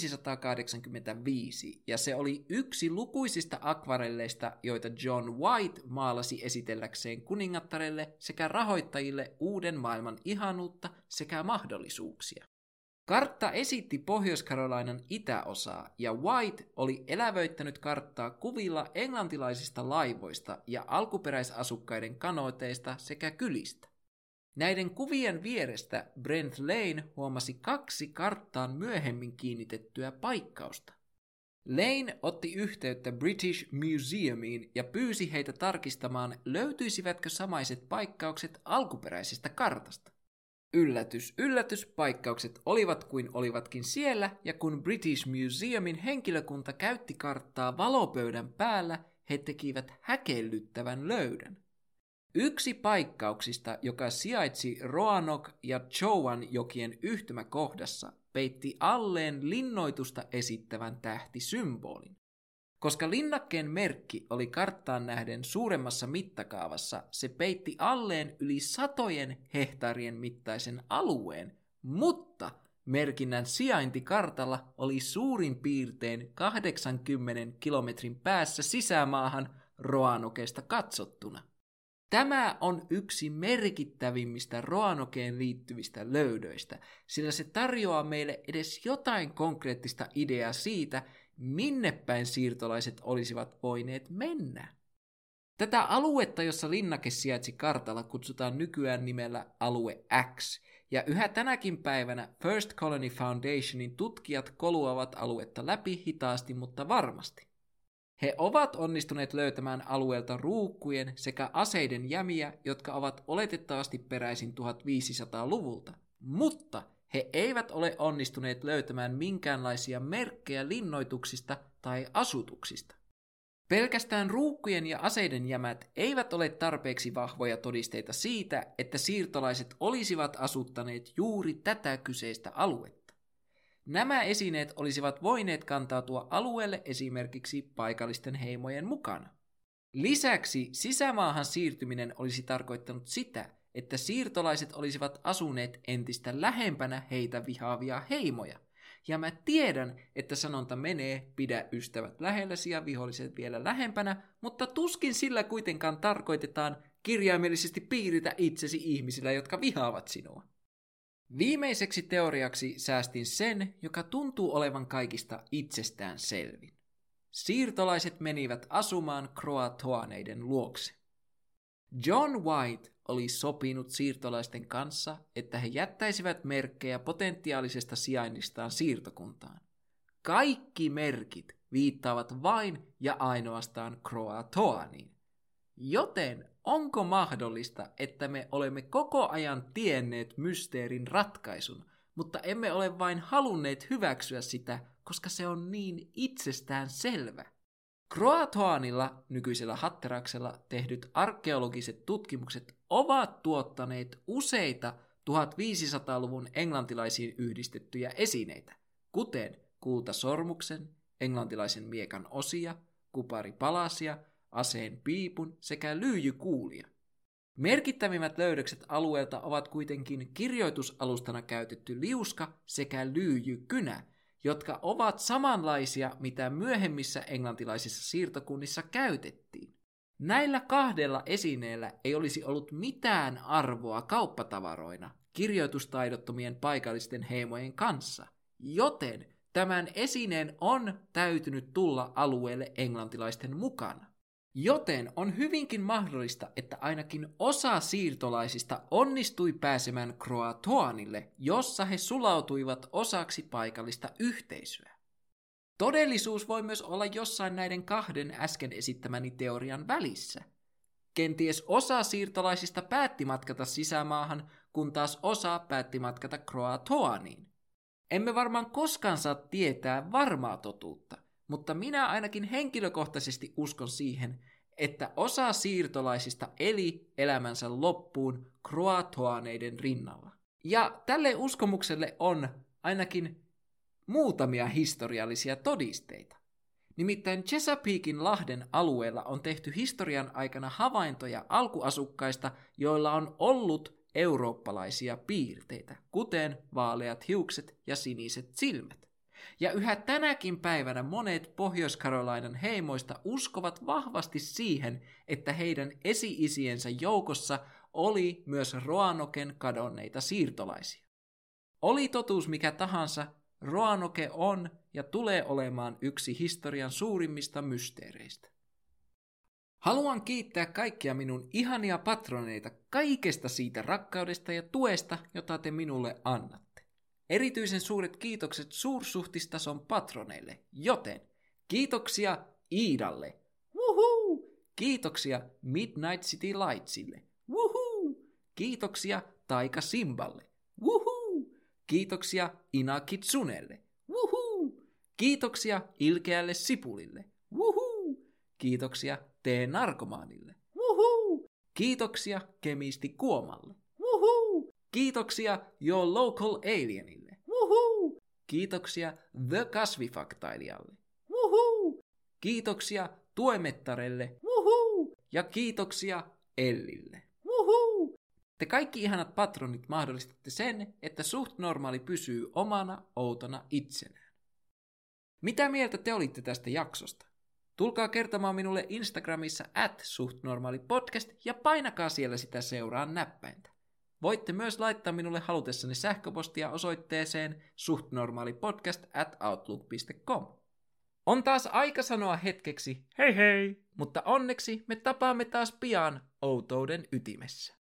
1585 ja se oli yksi lukuisista akvarelleista, joita John White maalasi esitelläkseen kuningattarelle sekä rahoittajille uuden maailman ihanuutta sekä mahdollisuuksia. Kartta esitti Pohjois-Carolinan itäosaa ja White oli elävöittänyt karttaa kuvilla englantilaisista laivoista ja alkuperäisasukkaiden kanooteista sekä kylistä. Näiden kuvien vierestä Brent Lane huomasi 2 karttaan myöhemmin kiinnitettyä paikkausta. Lane otti yhteyttä British Museumiin ja pyysi heitä tarkistamaan, löytyisivätkö samaiset paikkaukset alkuperäisestä kartasta. Yllätys, yllätys, paikkaukset olivat kuin olivatkin siellä, ja kun British Museumin henkilökunta käytti karttaa valopöydän päällä, he tekivät häkellyttävän löydön. Yksi paikkauksista, joka sijaitsi Roanoke ja Chowan jokien yhtymäkohdassa, peitti alleen linnoitusta esittävän tähtisymbolin. Koska linnakkeen merkki oli karttaan nähden suuremmassa mittakaavassa, se peitti alleen yli 100 hehtaarien mittaisen alueen, mutta merkinnän sijainti kartalla oli suurin piirtein 80 kilometrin päässä sisämaahan Roanokesta katsottuna. Tämä on yksi merkittävimmistä Roanokeen liittyvistä löydöistä, sillä se tarjoaa meille edes jotain konkreettista ideaa siitä, minne päin siirtolaiset olisivat voineet mennä. Tätä aluetta, jossa linnake sijaitsi kartalla, kutsutaan nykyään nimellä Alue X, ja yhä tänäkin päivänä First Colony Foundationin tutkijat koluavat aluetta läpi hitaasti, mutta varmasti. He ovat onnistuneet löytämään alueelta ruukkujen sekä aseiden jämiä, jotka ovat oletettavasti peräisin 1500-luvulta, mutta he eivät ole onnistuneet löytämään minkäänlaisia merkkejä linnoituksista tai asutuksista. Pelkästään ruukkujen ja aseiden jämät eivät ole tarpeeksi vahvoja todisteita siitä, että siirtolaiset olisivat asuttaneet juuri tätä kyseistä aluetta. Nämä esineet olisivat voineet kantautua alueelle esimerkiksi paikallisten heimojen mukana. Lisäksi sisämaahan siirtyminen olisi tarkoittanut sitä, että siirtolaiset olisivat asuneet entistä lähempänä heitä vihaavia heimoja. Ja mä tiedän, että sanonta menee, pidä ystävät lähelläsi ja viholliset vielä lähempänä, mutta tuskin sillä kuitenkaan tarkoitetaan kirjaimellisesti piiritä itsesi ihmisillä, jotka vihaavat sinua. Viimeiseksi teoriaksi säästin sen, joka tuntuu olevan kaikista itsestään selvin. Siirtolaiset menivät asumaan Croatoaneiden luokse. John White oli sopinut siirtolaisten kanssa, että he jättäisivät merkkejä potentiaalisesta sijainnistaan siirtokuntaan. Kaikki merkit viittaavat vain ja ainoastaan Croatoaniin. Joten onko mahdollista, että me olemme koko ajan tienneet mysteerin ratkaisun, mutta emme ole vain halunneet hyväksyä sitä, koska se on niin itsestään selvä? Croatoanilla, nykyisellä Hatteraksella, tehdyt arkeologiset tutkimukset ovat tuottaneet useita 1500-luvun englantilaisiin yhdistettyjä esineitä, kuten kultasormuksen, englantilaisen miekan osia, kuparipalasia, aseen piipun sekä lyijykuulia. Merkittävimmät löydökset alueelta ovat kuitenkin kirjoitusalustana käytetty liuska sekä lyijykynä, jotka ovat samanlaisia, mitä myöhemmissä englantilaisissa siirtokunnissa käytettiin. Näillä kahdella esineellä ei olisi ollut mitään arvoa kauppatavaroina kirjoitustaidottomien paikallisten heimojen kanssa, joten tämän esineen on täytynyt tulla alueelle englantilaisten mukana. Joten on hyvinkin mahdollista, että ainakin osa siirtolaisista onnistui pääsemään Croatoanille, jossa he sulautuivat osaksi paikallista yhteisöä. Todellisuus voi myös olla jossain näiden kahden äsken esittämäni teorian välissä. Kenties osa siirtolaisista päätti matkata sisämaahan, kun taas osa päätti matkata Croatoaniin. Emme varmaan koskaan saa tietää varmaa totuutta, mutta minä ainakin henkilökohtaisesti uskon siihen, että osa siirtolaisista eli elämänsä loppuun Croatoaneiden rinnalla. Ja tälle uskomukselle on ainakin muutamia historiallisia todisteita. Nimittäin Chesapeaken lahden alueella on tehty historian aikana havaintoja alkuasukkaista, joilla on ollut eurooppalaisia piirteitä, kuten vaaleat hiukset ja siniset silmät. Ja yhä tänäkin päivänä monet Pohjois-Carolinan heimoista uskovat vahvasti siihen, että heidän esi-isiensä joukossa oli myös Roanoken kadonneita siirtolaisia. Oli totuus mikä tahansa, Roanoke on ja tulee olemaan yksi historian suurimmista mysteereistä. Haluan kiittää kaikkia minun ihania patroneita kaikesta siitä rakkaudesta ja tuesta, jota te minulle annatte. Erityisen suuret kiitokset suursuhtistason patroneille, joten kiitoksia Iidalle, wuhuu! Kiitoksia Midnight City Lightsille, wuhuu! Kiitoksia Taika Simballe, wuhuu! Kiitoksia Ina Kitsunelle, wuhuu! Kiitoksia Ilkeälle Sipulille, wuhuu! Kiitoksia T-narkomaanille, wuhuu! Kiitoksia Kemisti Kuomalle, wuhuu! Kiitoksia Your Local Alienille, wuhuu! Kiitoksia The Kasvifaktailijalle, wuhuu! Kiitoksia Tuemettarelle, wuhuu! Ja kiitoksia Ellille, wuhuu! Te kaikki ihanat patronit mahdollistatte sen, että Suht Normaali pysyy omana, outona itsenään. Mitä mieltä te olitte tästä jaksosta? Tulkaa kertomaan minulle Instagramissa @suhtnormaalipodcast ja painakaa siellä sitä seuraan näppäintä. Voitte myös laittaa minulle halutessanne sähköpostia osoitteeseen suhtnormaalipodcast@outlook.com. On taas aika sanoa hetkeksi hei hei, mutta onneksi me tapaamme taas pian outouden ytimessä.